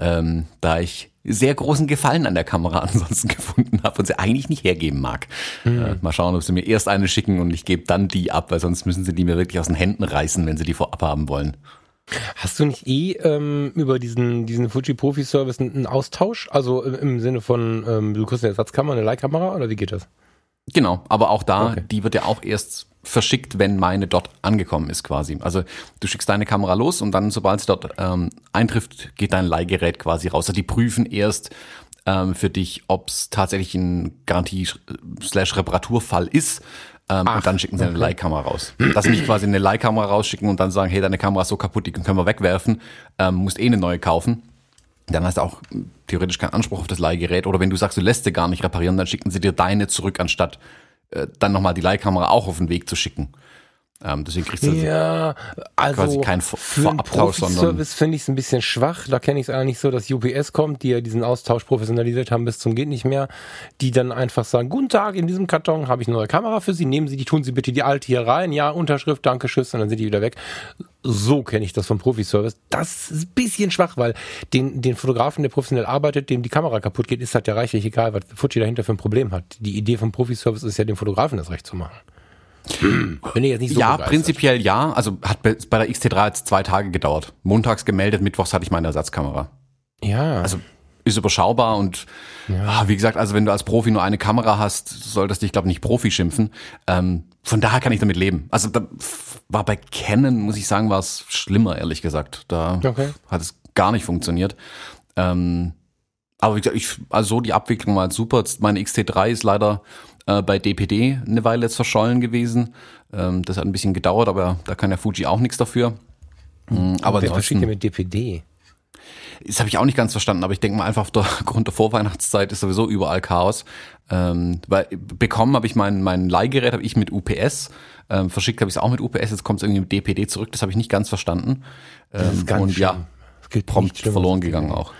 Speaker 1: da ich sehr großen Gefallen an der Kamera ansonsten gefunden habe und sie eigentlich nicht hergeben mag. Mal schauen, ob sie mir erst eine schicken und ich gebe dann die ab, weil sonst müssen sie die mir wirklich aus den Händen reißen, wenn sie die vorab haben wollen.
Speaker 2: Hast du nicht über diesen Fuji Profi Service einen Austausch? Also im Sinne von, du kriegst eine Ersatzkamera, eine Leihkamera oder wie geht das?
Speaker 1: Genau, aber auch da,
Speaker 2: Okay.
Speaker 1: Die wird ja auch erst verschickt, wenn meine dort angekommen ist quasi. Also du schickst deine Kamera los und dann, sobald sie dort eintrifft, geht dein Leihgerät quasi raus. Also die prüfen erst für dich, ob es tatsächlich ein Garantie/Reparaturfall ist. Und dann schicken sie eine Leihkamera raus. Dass sie nicht quasi eine Leihkamera rausschicken und dann sagen, hey, deine Kamera ist so kaputt, die können wir wegwerfen, musst eine neue kaufen. Dann hast du auch theoretisch keinen Anspruch auf das Leihgerät. Oder wenn du sagst, du lässt sie gar nicht reparieren, dann schicken sie dir deine zurück, anstatt dann nochmal die Leihkamera auch auf den Weg zu schicken. Deswegen kriegst du quasi keinen Vorabtausch, sondern
Speaker 2: Service finde ich es ein bisschen schwach. Da kenne ich es eigentlich so, dass UPS kommt, die ja diesen Austausch professionalisiert haben bis zum geht nicht mehr, die dann einfach sagen, guten Tag, in diesem Karton habe ich eine neue Kamera für Sie, nehmen Sie die, tun Sie bitte die alte hier rein, ja, Unterschrift, danke, tschüss, und dann sind die wieder weg. So kenne ich das vom Profi-Service. Das ist ein bisschen schwach, weil den Fotografen, der professionell arbeitet, dem die Kamera kaputt geht, ist halt ja reichlich egal, was Fuji dahinter für ein Problem hat. Die Idee vom Profi-Service ist ja, dem Fotografen das Recht zu machen. Bin ich jetzt nicht so
Speaker 1: ja,
Speaker 2: begeistert. Prinzipiell
Speaker 1: ja. Also hat bei der XT3 jetzt 2 Tage gedauert. Montags gemeldet, mittwochs hatte ich meine Ersatzkamera.
Speaker 2: Ja.
Speaker 1: Also ist überschaubar und wie gesagt, also wenn du als Profi nur eine Kamera hast, solltest du dich, glaube ich, nicht Profi schimpfen. Von daher kann ich damit leben. Also da war bei Canon, muss ich sagen, war es schlimmer, ehrlich gesagt. Da hat es gar nicht funktioniert. Aber wie gesagt, also die Abwicklung war halt super. Meine XT3 ist leider bei DPD eine Weile jetzt verschollen gewesen. Das hat ein bisschen gedauert, aber da kann der Fuji auch nichts dafür. Aber
Speaker 2: wer verschickt ihr mit DPD?
Speaker 1: Das habe ich auch nicht ganz verstanden, aber ich denke mal einfach aufgrund der Vorweihnachtszeit ist sowieso überall Chaos. Weil bekommen habe ich mein Leihgerät habe ich mit UPS, verschickt habe ich es auch mit UPS, jetzt kommt es irgendwie mit DPD zurück, das habe ich nicht ganz verstanden.
Speaker 2: Das ist ganz schlimm.
Speaker 1: Das gilt prompt verloren gegangen auch.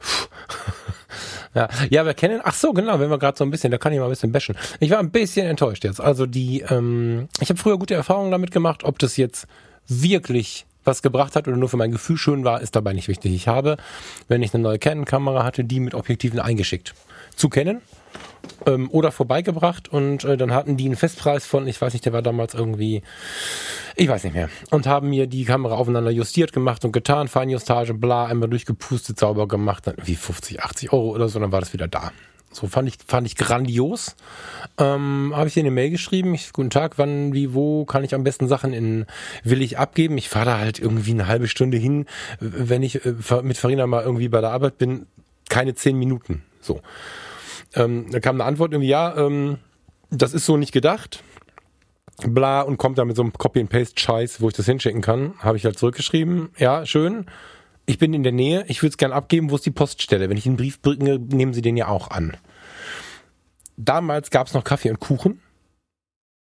Speaker 2: Ja, wir kennen, ach so, genau, wenn wir gerade so ein bisschen, da kann ich mal ein bisschen bashen. Ich war ein bisschen enttäuscht jetzt. Also ich habe früher gute Erfahrungen damit gemacht, ob das jetzt wirklich was gebracht hat oder nur für mein Gefühl schön war, ist dabei nicht wichtig. Ich habe, wenn ich eine neue Canon-Kamera hatte, die mit Objektiven eingeschickt. Zu Canon oder vorbeigebracht und dann hatten die einen Festpreis von, ich weiß nicht, der war damals irgendwie, ich weiß nicht mehr, und haben mir die Kamera aufeinander justiert gemacht und getan, Feinjustage, bla, einmal durchgepustet, sauber gemacht, dann wie 50, 80 Euro oder so, dann war das wieder da. So fand ich grandios. Habe ich dir eine Mail geschrieben, guten Tag, wann, wie, wo kann ich am besten Sachen will ich abgeben? Ich fahre da halt irgendwie eine halbe Stunde hin, wenn ich mit Farina mal irgendwie bei der Arbeit bin, keine 10 Minuten, so. Da kam eine Antwort irgendwie, das ist so nicht gedacht, bla, und kommt dann mit so einem Copy-and-Paste-Scheiß, wo ich das hinschicken kann. Habe ich halt zurückgeschrieben, ja, schön, ich bin in der Nähe, ich würde es gern abgeben, wo ist die Poststelle? Wenn ich einen Brief bringe, nehmen sie den ja auch an. Damals gab es noch Kaffee und Kuchen.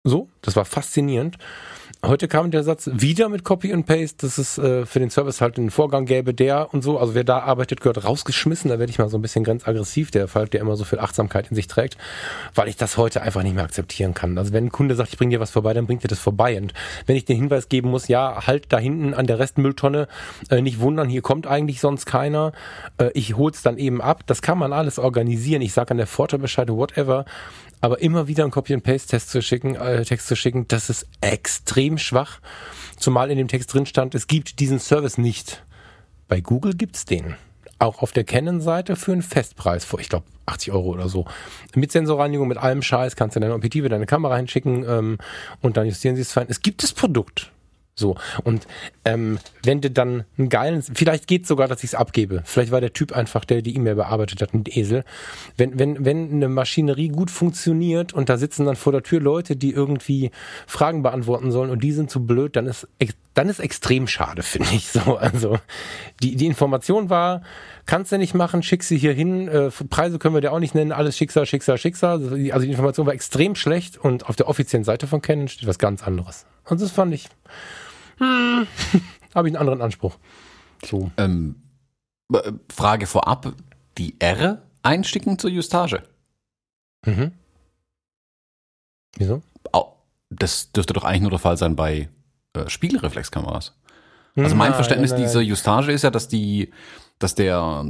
Speaker 2: So, das war faszinierend. Heute kam der Satz wieder mit Copy and Paste, dass es für den Service halt einen Vorgang gäbe, der und so. Also wer da arbeitet, gehört rausgeschmissen. Da werde ich mal so ein bisschen grenzaggressiv, der Falk, der immer so viel Achtsamkeit in sich trägt, weil ich das heute einfach nicht mehr akzeptieren kann. Also wenn ein Kunde sagt, ich bringe dir was vorbei, dann bringt er das vorbei. Und wenn ich den Hinweis geben muss, ja, halt da hinten an der Restmülltonne, nicht wundern, hier kommt eigentlich sonst keiner. Ich hol's dann eben ab. Das kann man alles organisieren. Ich sage an der Pforte Bescheid, whatever. Aber immer wieder einen Copy-and-Paste-Text zu schicken, das ist extrem schwach. Zumal in dem Text drin stand, es gibt diesen Service nicht. Bei Google gibt's den. Auch auf der Canon-Seite für einen Festpreis, vor, ich glaube, 80 € oder so. Mit Sensorreinigung, mit allem Scheiß, kannst du deine Objektive, deine Kamera hinschicken und dann justieren sie es fein. Es gibt das Produkt. So, und wenn du dann einen geilen, vielleicht geht sogar, dass ich es abgebe. Vielleicht war der Typ einfach, der die E-Mail bearbeitet hat, ein Esel. Wenn eine Maschinerie gut funktioniert und da sitzen dann vor der Tür Leute, die irgendwie Fragen beantworten sollen und die sind zu blöd, dann ist extrem schade, finde ich so. Also die Information war, kannst du nicht machen, schick sie hier hin, Preise können wir dir auch nicht nennen, alles Schicksal. Also die Information war extrem schlecht und auf der offiziellen Seite von Canon steht was ganz anderes. Und das fand ich, habe ich einen anderen Anspruch. So.
Speaker 1: Frage vorab, die R einsticken zur Justage.
Speaker 2: Mhm. Wieso?
Speaker 1: Das dürfte doch eigentlich nur der Fall sein bei Spiegelreflexkameras. Also mein Verständnis dieser Justage ist ja, dass der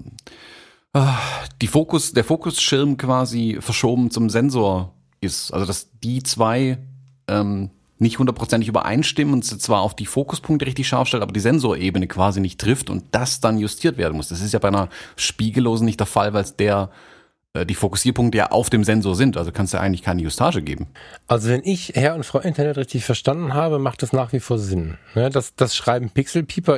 Speaker 1: Fokusschirm quasi verschoben zum Sensor ist. Also dass die zwei nicht hundertprozentig übereinstimmen und sie zwar auf die Fokuspunkte richtig scharf stellt, aber die Sensorebene quasi nicht trifft und das dann justiert werden muss. Das ist ja bei einer spiegellosen nicht der Fall, weil es die Fokussierpunkte ja auf dem Sensor sind. Also kannst du eigentlich keine Justage geben.
Speaker 2: Also wenn ich Herr und Frau Internet richtig verstanden habe, macht das nach wie vor Sinn. Ne, das schreiben Pixelpieper,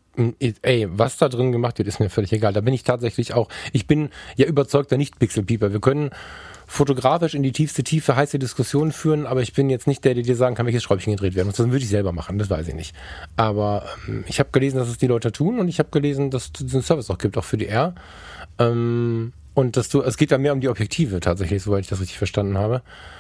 Speaker 2: was da drin gemacht wird, ist mir völlig egal. Da bin ich tatsächlich auch, ich bin ja überzeugter Nicht-Pixelpieper. Wir können fotografisch in die tiefste Tiefe heiße Diskussionen führen, aber ich bin jetzt nicht der dir sagen kann, welches Schräubchen gedreht werden muss. Das würde ich selber machen, das weiß ich nicht. Aber ich habe gelesen, dass es die Leute tun und ich habe gelesen, dass es diesen Service auch gibt, auch für die R. Und es geht da mehr um die Objektive tatsächlich, soweit ich das richtig verstanden habe.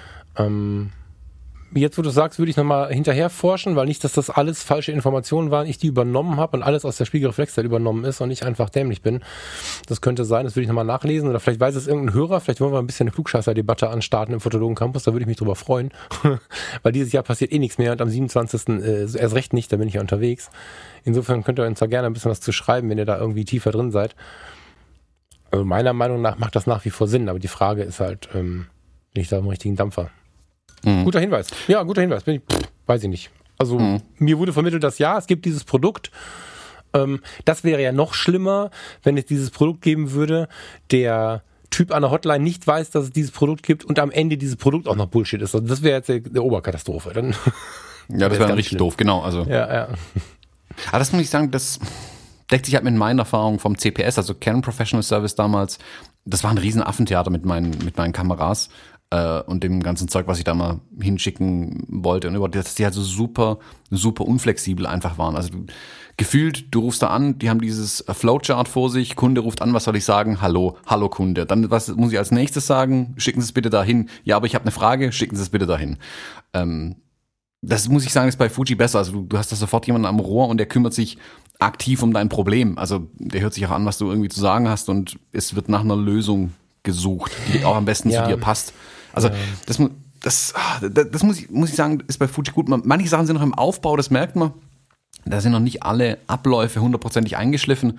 Speaker 2: Jetzt, wo du sagst, würde ich nochmal hinterher forschen, weil nicht, dass das alles falsche Informationen waren, ich die übernommen habe und alles aus der Spiegelreflexzeit übernommen ist und ich einfach dämlich bin. Das könnte sein, das würde ich nochmal nachlesen oder vielleicht weiß es irgendein Hörer, vielleicht wollen wir ein bisschen eine Klugscheißer-Debatte anstarten im Fotologen Campus, da würde ich mich drüber freuen, weil dieses Jahr passiert eh nichts mehr und am 27. Erst recht nicht, da bin ich ja unterwegs. Insofern könnt ihr uns da gerne ein bisschen was zu schreiben, wenn ihr da irgendwie tiefer drin seid. Also meiner Meinung nach macht das nach wie vor Sinn, aber die Frage ist halt, bin ich da im richtigen Dampfer? Guter Hinweis. Ja, guter Hinweis. Weiß ich nicht. Also mir wurde vermittelt, dass ja, es gibt dieses Produkt. Das wäre ja noch schlimmer, wenn es dieses Produkt geben würde, der Typ an der Hotline nicht weiß, dass es dieses Produkt gibt und am Ende dieses Produkt auch noch Bullshit ist. Also das wäre jetzt eine Oberkatastrophe. Dann
Speaker 1: ja, das wäre richtig schlimm. Doof, genau. Also.
Speaker 2: Ja.
Speaker 1: Aber das muss ich sagen, das deckt sich halt mit meinen Erfahrungen vom CPS, also Canon Professional Service damals. Das war ein riesen Affentheater mit meinen Kameras. Und dem ganzen Zeug, was ich da mal hinschicken wollte und überhaupt, dass die halt so super, super unflexibel einfach waren. Also gefühlt, du rufst da an, die haben dieses Flowchart vor sich, Kunde ruft an, was soll ich sagen? Hallo Kunde. Dann, was muss ich als nächstes sagen? Schicken Sie es bitte dahin. Ja, aber ich habe eine Frage, schicken Sie es bitte dahin. Das muss ich sagen, ist bei Fuji besser. Also du hast da sofort jemanden am Rohr und der kümmert sich aktiv um dein Problem. Also der hört sich auch an, was du irgendwie zu sagen hast und es wird nach einer Lösung gesucht, die auch am besten zu dir passt. Also das muss ich sagen, ist bei Fuji gut. Manche Sachen sind noch im Aufbau, das merkt man. Da sind noch nicht alle Abläufe hundertprozentig eingeschliffen.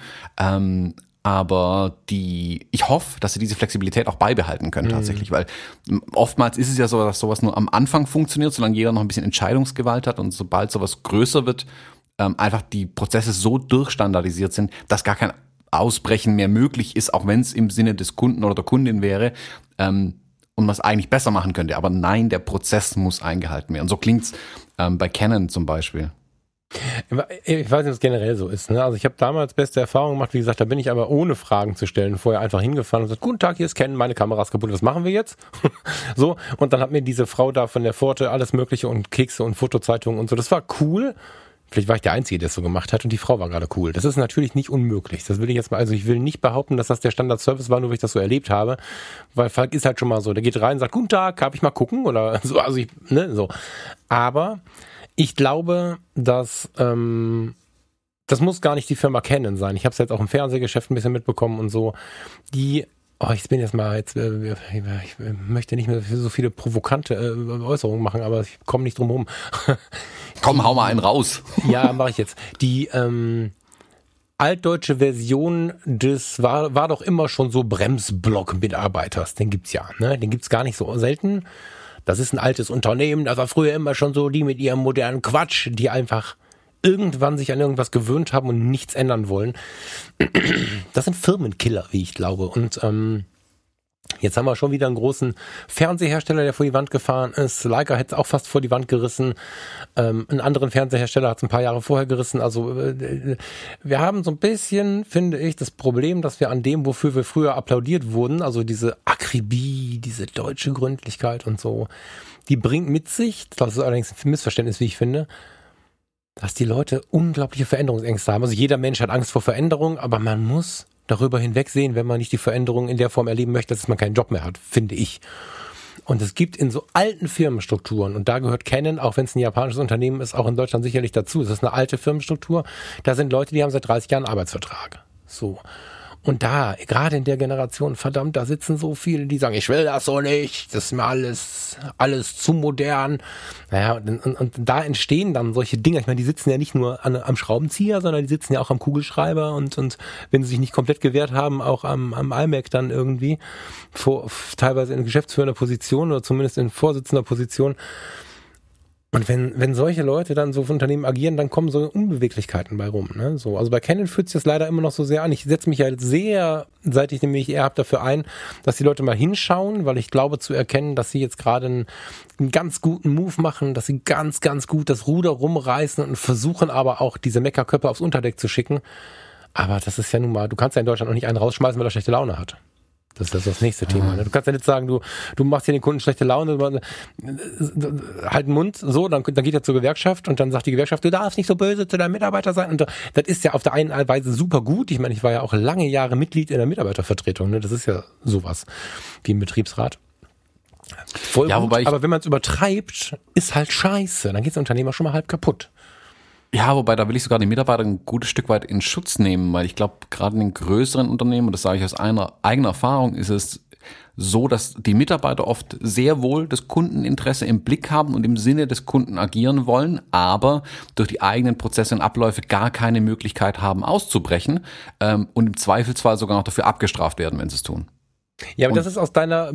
Speaker 1: Aber ich hoffe, dass sie diese Flexibilität auch beibehalten können tatsächlich, weil oftmals ist es ja so, dass sowas nur am Anfang funktioniert, solange jeder noch ein bisschen Entscheidungsgewalt hat und sobald sowas größer wird, einfach die Prozesse so durchstandardisiert sind, dass gar kein Ausbrechen mehr möglich ist, auch wenn es im Sinne des Kunden oder der Kundin wäre, und man es eigentlich besser machen könnte. Aber nein, der Prozess muss eingehalten werden. Und so klingt's bei Canon zum Beispiel.
Speaker 2: Ich weiß nicht, ob es generell so ist. Ne? Also ich habe damals beste Erfahrungen gemacht. Wie gesagt, da bin ich aber ohne Fragen zu stellen vorher einfach hingefahren und gesagt, guten Tag, hier ist Canon, meine Kamera ist kaputt, was machen wir jetzt? So, und dann hat mir diese Frau da von der Pforte alles mögliche und Kekse und Fotozeitungen und so. Das war cool. Vielleicht war ich der Einzige, der es so gemacht hat und die Frau war gerade cool. Das ist natürlich nicht unmöglich. Das will ich jetzt mal, also ich will nicht behaupten, dass das der Standard-Service war, nur weil ich das so erlebt habe. Weil Falk ist halt schon mal so, der geht rein und sagt, guten Tag, darf ich mal gucken? Oder so, also so. Aber ich glaube, dass, das muss gar nicht die Firma Canon sein. Ich habe es jetzt auch im Fernsehgeschäft ein bisschen mitbekommen und so. Ich möchte nicht mehr so viele provokante Äußerungen machen, aber ich komme nicht drum herum.
Speaker 1: Komm, hau mal einen raus.
Speaker 2: Ja, mache ich jetzt. Die altdeutsche Version des war doch immer schon so Bremsblock-Mitarbeiters. Den gibt's ja, ne? Den gibt's gar nicht so selten. Das ist ein altes Unternehmen, das war früher immer schon so, die mit ihrem modernen Quatsch, die einfach irgendwann sich an irgendwas gewöhnt haben und nichts ändern wollen. Das sind Firmenkiller, wie ich glaube. Und jetzt haben wir schon wieder einen großen Fernsehersteller, der vor die Wand gefahren ist. Leica hätte es auch fast vor die Wand gerissen. Einen anderen Fernsehersteller hat es ein paar Jahre vorher gerissen. Also wir haben so ein bisschen, finde ich, das Problem, dass wir an dem, wofür wir früher applaudiert wurden, also diese Akribie, diese deutsche Gründlichkeit und so, die bringt mit sich, das ist allerdings ein Missverständnis, wie ich finde, dass die Leute unglaubliche Veränderungsängste haben. Also jeder Mensch hat Angst vor Veränderung, aber man muss darüber hinwegsehen, wenn man nicht die Veränderung in der Form erleben möchte, dass man keinen Job mehr hat, finde ich. Und es gibt in so alten Firmenstrukturen, und da gehört Canon, auch wenn es ein japanisches Unternehmen ist, auch in Deutschland sicherlich dazu. Es ist eine alte Firmenstruktur. Da sind Leute, die haben seit 30 Jahren einen Arbeitsvertrag. So. Und da, gerade in der Generation, verdammt, da sitzen so viele, die sagen, ich will das so nicht, das ist mir alles zu modern. Naja, und da entstehen dann solche Dinge. Ich meine, die sitzen ja nicht nur am Schraubenzieher, sondern die sitzen ja auch am Kugelschreiber und wenn sie sich nicht komplett gewehrt haben, auch am iMac dann irgendwie, teilweise in geschäftsführender Position oder zumindest in vorsitzender Position. Und wenn solche Leute dann so für Unternehmen agieren, dann kommen so Unbeweglichkeiten bei rum. Ne? So, also bei Canon fühlt sich das leider immer noch so sehr an. Ich setze mich ja jetzt sehr, seit ich nämlich eher habe, dafür ein, dass die Leute mal hinschauen, weil ich glaube zu erkennen, dass sie jetzt gerade einen ganz guten Move machen, dass sie ganz, ganz gut das Ruder rumreißen und versuchen aber auch diese Meckerköpfe aufs Unterdeck zu schicken. Aber das ist ja nun mal, du kannst ja in Deutschland auch nicht einen rausschmeißen, weil er schlechte Laune hat. Das ist das nächste Thema. Ne? Du kannst ja nicht sagen, du machst hier den Kunden schlechte Laune, halt den Mund, so, dann geht er zur Gewerkschaft und dann sagt die Gewerkschaft, du darfst nicht so böse zu deinem Mitarbeiter sein. Und das ist ja auf der einen Weise super gut. Ich meine, ich war ja auch lange Jahre Mitglied in der Mitarbeitervertretung. Ne? Das ist ja sowas wie im Betriebsrat. Voll ja, gut, aber wenn man es übertreibt, ist halt scheiße. Dann geht das Unternehmen schon mal halb kaputt.
Speaker 1: Ja, wobei, da will ich sogar die Mitarbeiter ein gutes Stück weit in Schutz nehmen, weil ich glaube, gerade in den größeren Unternehmen, und das sage ich aus einer eigenen Erfahrung, ist es so, dass die Mitarbeiter oft sehr wohl das Kundeninteresse im Blick haben und im Sinne des Kunden agieren wollen, aber durch die eigenen Prozesse und Abläufe gar keine Möglichkeit haben, auszubrechen und im Zweifelsfall sogar noch dafür abgestraft werden, wenn sie es tun.
Speaker 2: Ja, aber das ist aus deiner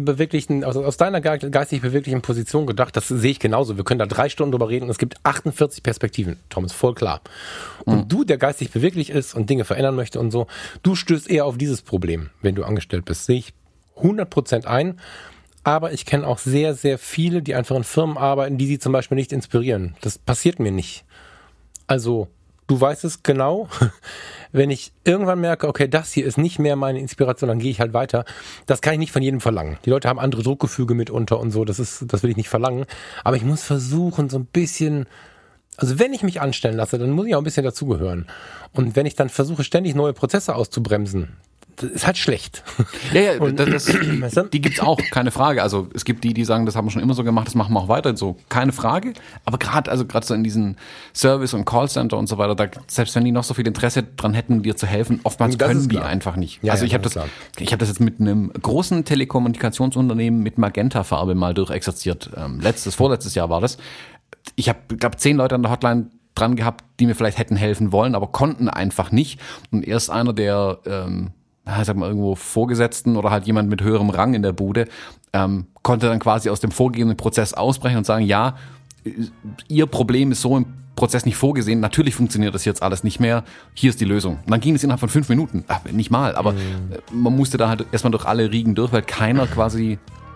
Speaker 2: geistig beweglichen Position gedacht, das sehe ich genauso. Wir können da 3 Stunden drüber reden und es gibt 48 Perspektiven, Thomas, voll klar. Und du, der geistig beweglich ist und Dinge verändern möchte und so, du stößt eher auf dieses Problem, wenn du angestellt bist. Sehe ich 100% ein, aber ich kenne auch sehr, sehr viele, die einfach in Firmen arbeiten, die sie zum Beispiel nicht inspirieren. Das passiert mir nicht. Also, du weißt es genau, wenn ich irgendwann merke, okay, das hier ist nicht mehr meine Inspiration, dann gehe ich halt weiter. Das kann ich nicht von jedem verlangen. Die Leute haben andere Druckgefüge mitunter und so, das will ich nicht verlangen. Aber ich muss versuchen, so ein bisschen, also wenn ich mich anstellen lasse, dann muss ich auch ein bisschen dazugehören. Und wenn ich dann versuche, ständig neue Prozesse auszubremsen, das ist halt schlecht.
Speaker 1: Ja, die gibt's auch, keine Frage. Also es gibt die sagen, das haben wir schon immer so gemacht, das machen wir auch weiter, so, keine Frage. Aber gerade so in diesen Service- und Callcenter und so weiter, selbst wenn die noch so viel Interesse dran hätten, dir zu helfen, oftmals können die einfach nicht. Ja, also ich habe das jetzt mit einem großen Telekommunikationsunternehmen mit Magenta-Farbe mal durchexerziert. Vorletztes Jahr war das. Ich habe, glaube 10 Leute an der Hotline dran gehabt, die mir vielleicht hätten helfen wollen, aber konnten einfach nicht. Und erst einer der irgendwo Vorgesetzten oder halt jemand mit höherem Rang in der Bude, konnte dann quasi aus dem vorgegebenen Prozess ausbrechen und sagen, ja, ihr Problem ist so im Prozess nicht vorgesehen, natürlich funktioniert das jetzt alles nicht mehr, hier ist die Lösung. Und dann ging es innerhalb von 5 Minuten, nicht mal, aber man musste da halt erstmal durch alle Riegen durch, weil keiner quasi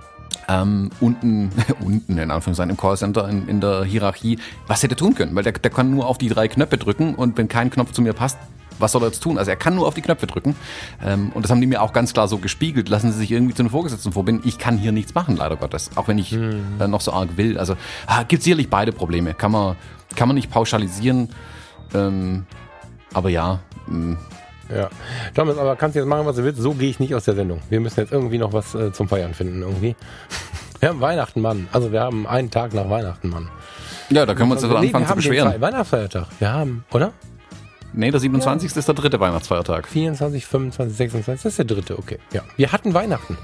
Speaker 1: unten in Anführungszeichen im Callcenter in der Hierarchie was hätte tun können, weil der kann nur auf die 3 Knöpfe drücken und wenn kein Knopf zu mir passt, was soll er jetzt tun? Also er kann nur auf die Knöpfe drücken und das haben die mir auch ganz klar so gespiegelt, lassen sie sich irgendwie zu einem Vorgesetzten vorbinden. Ich kann hier nichts machen, leider Gottes, auch wenn ich noch so arg will. Also gibt sicherlich beide Probleme, kann man nicht pauschalisieren. Aber ja.
Speaker 2: Ja. Thomas, aber kannst du jetzt machen, was du willst? So gehe ich nicht aus der Sendung. Wir müssen jetzt irgendwie noch was zum Feiern finden irgendwie. Wir haben Weihnachten, Mann. Also wir haben einen Tag nach Weihnachten, Mann.
Speaker 1: Ja, da können wir uns jetzt anfangen zu beschweren.
Speaker 2: Den Weihnachtsfeiertag. Wir haben, oder?
Speaker 1: Nee, der 27. ist der 3. Weihnachtsfeiertag.
Speaker 2: 24, 25, 26, das ist der 3. Okay. Ja. Wir hatten Weihnachten.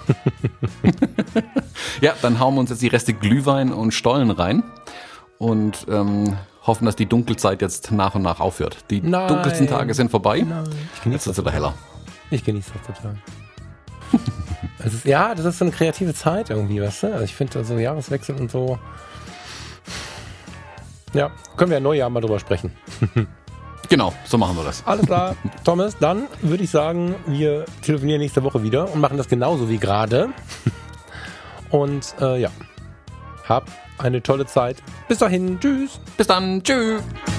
Speaker 1: Ja, dann hauen wir uns jetzt die Reste Glühwein und Stollen rein und hoffen, dass die Dunkelzeit jetzt nach und nach aufhört. Die dunkelsten Tage sind vorbei.
Speaker 2: Nein. Ich genieße
Speaker 1: jetzt wird es wieder heller.
Speaker 2: Ich genieße das total. Das ist so eine kreative Zeit irgendwie, weißt du? Also ich finde so Jahreswechsel und so. Ja, können wir ja Neujahr mal drüber sprechen.
Speaker 1: Genau, so machen wir das.
Speaker 2: Alles klar, Thomas, dann würde ich sagen, wir telefonieren nächste Woche wieder und machen das genauso wie gerade. Und hab eine tolle Zeit. Bis dahin, tschüss.
Speaker 1: Bis dann, tschüss.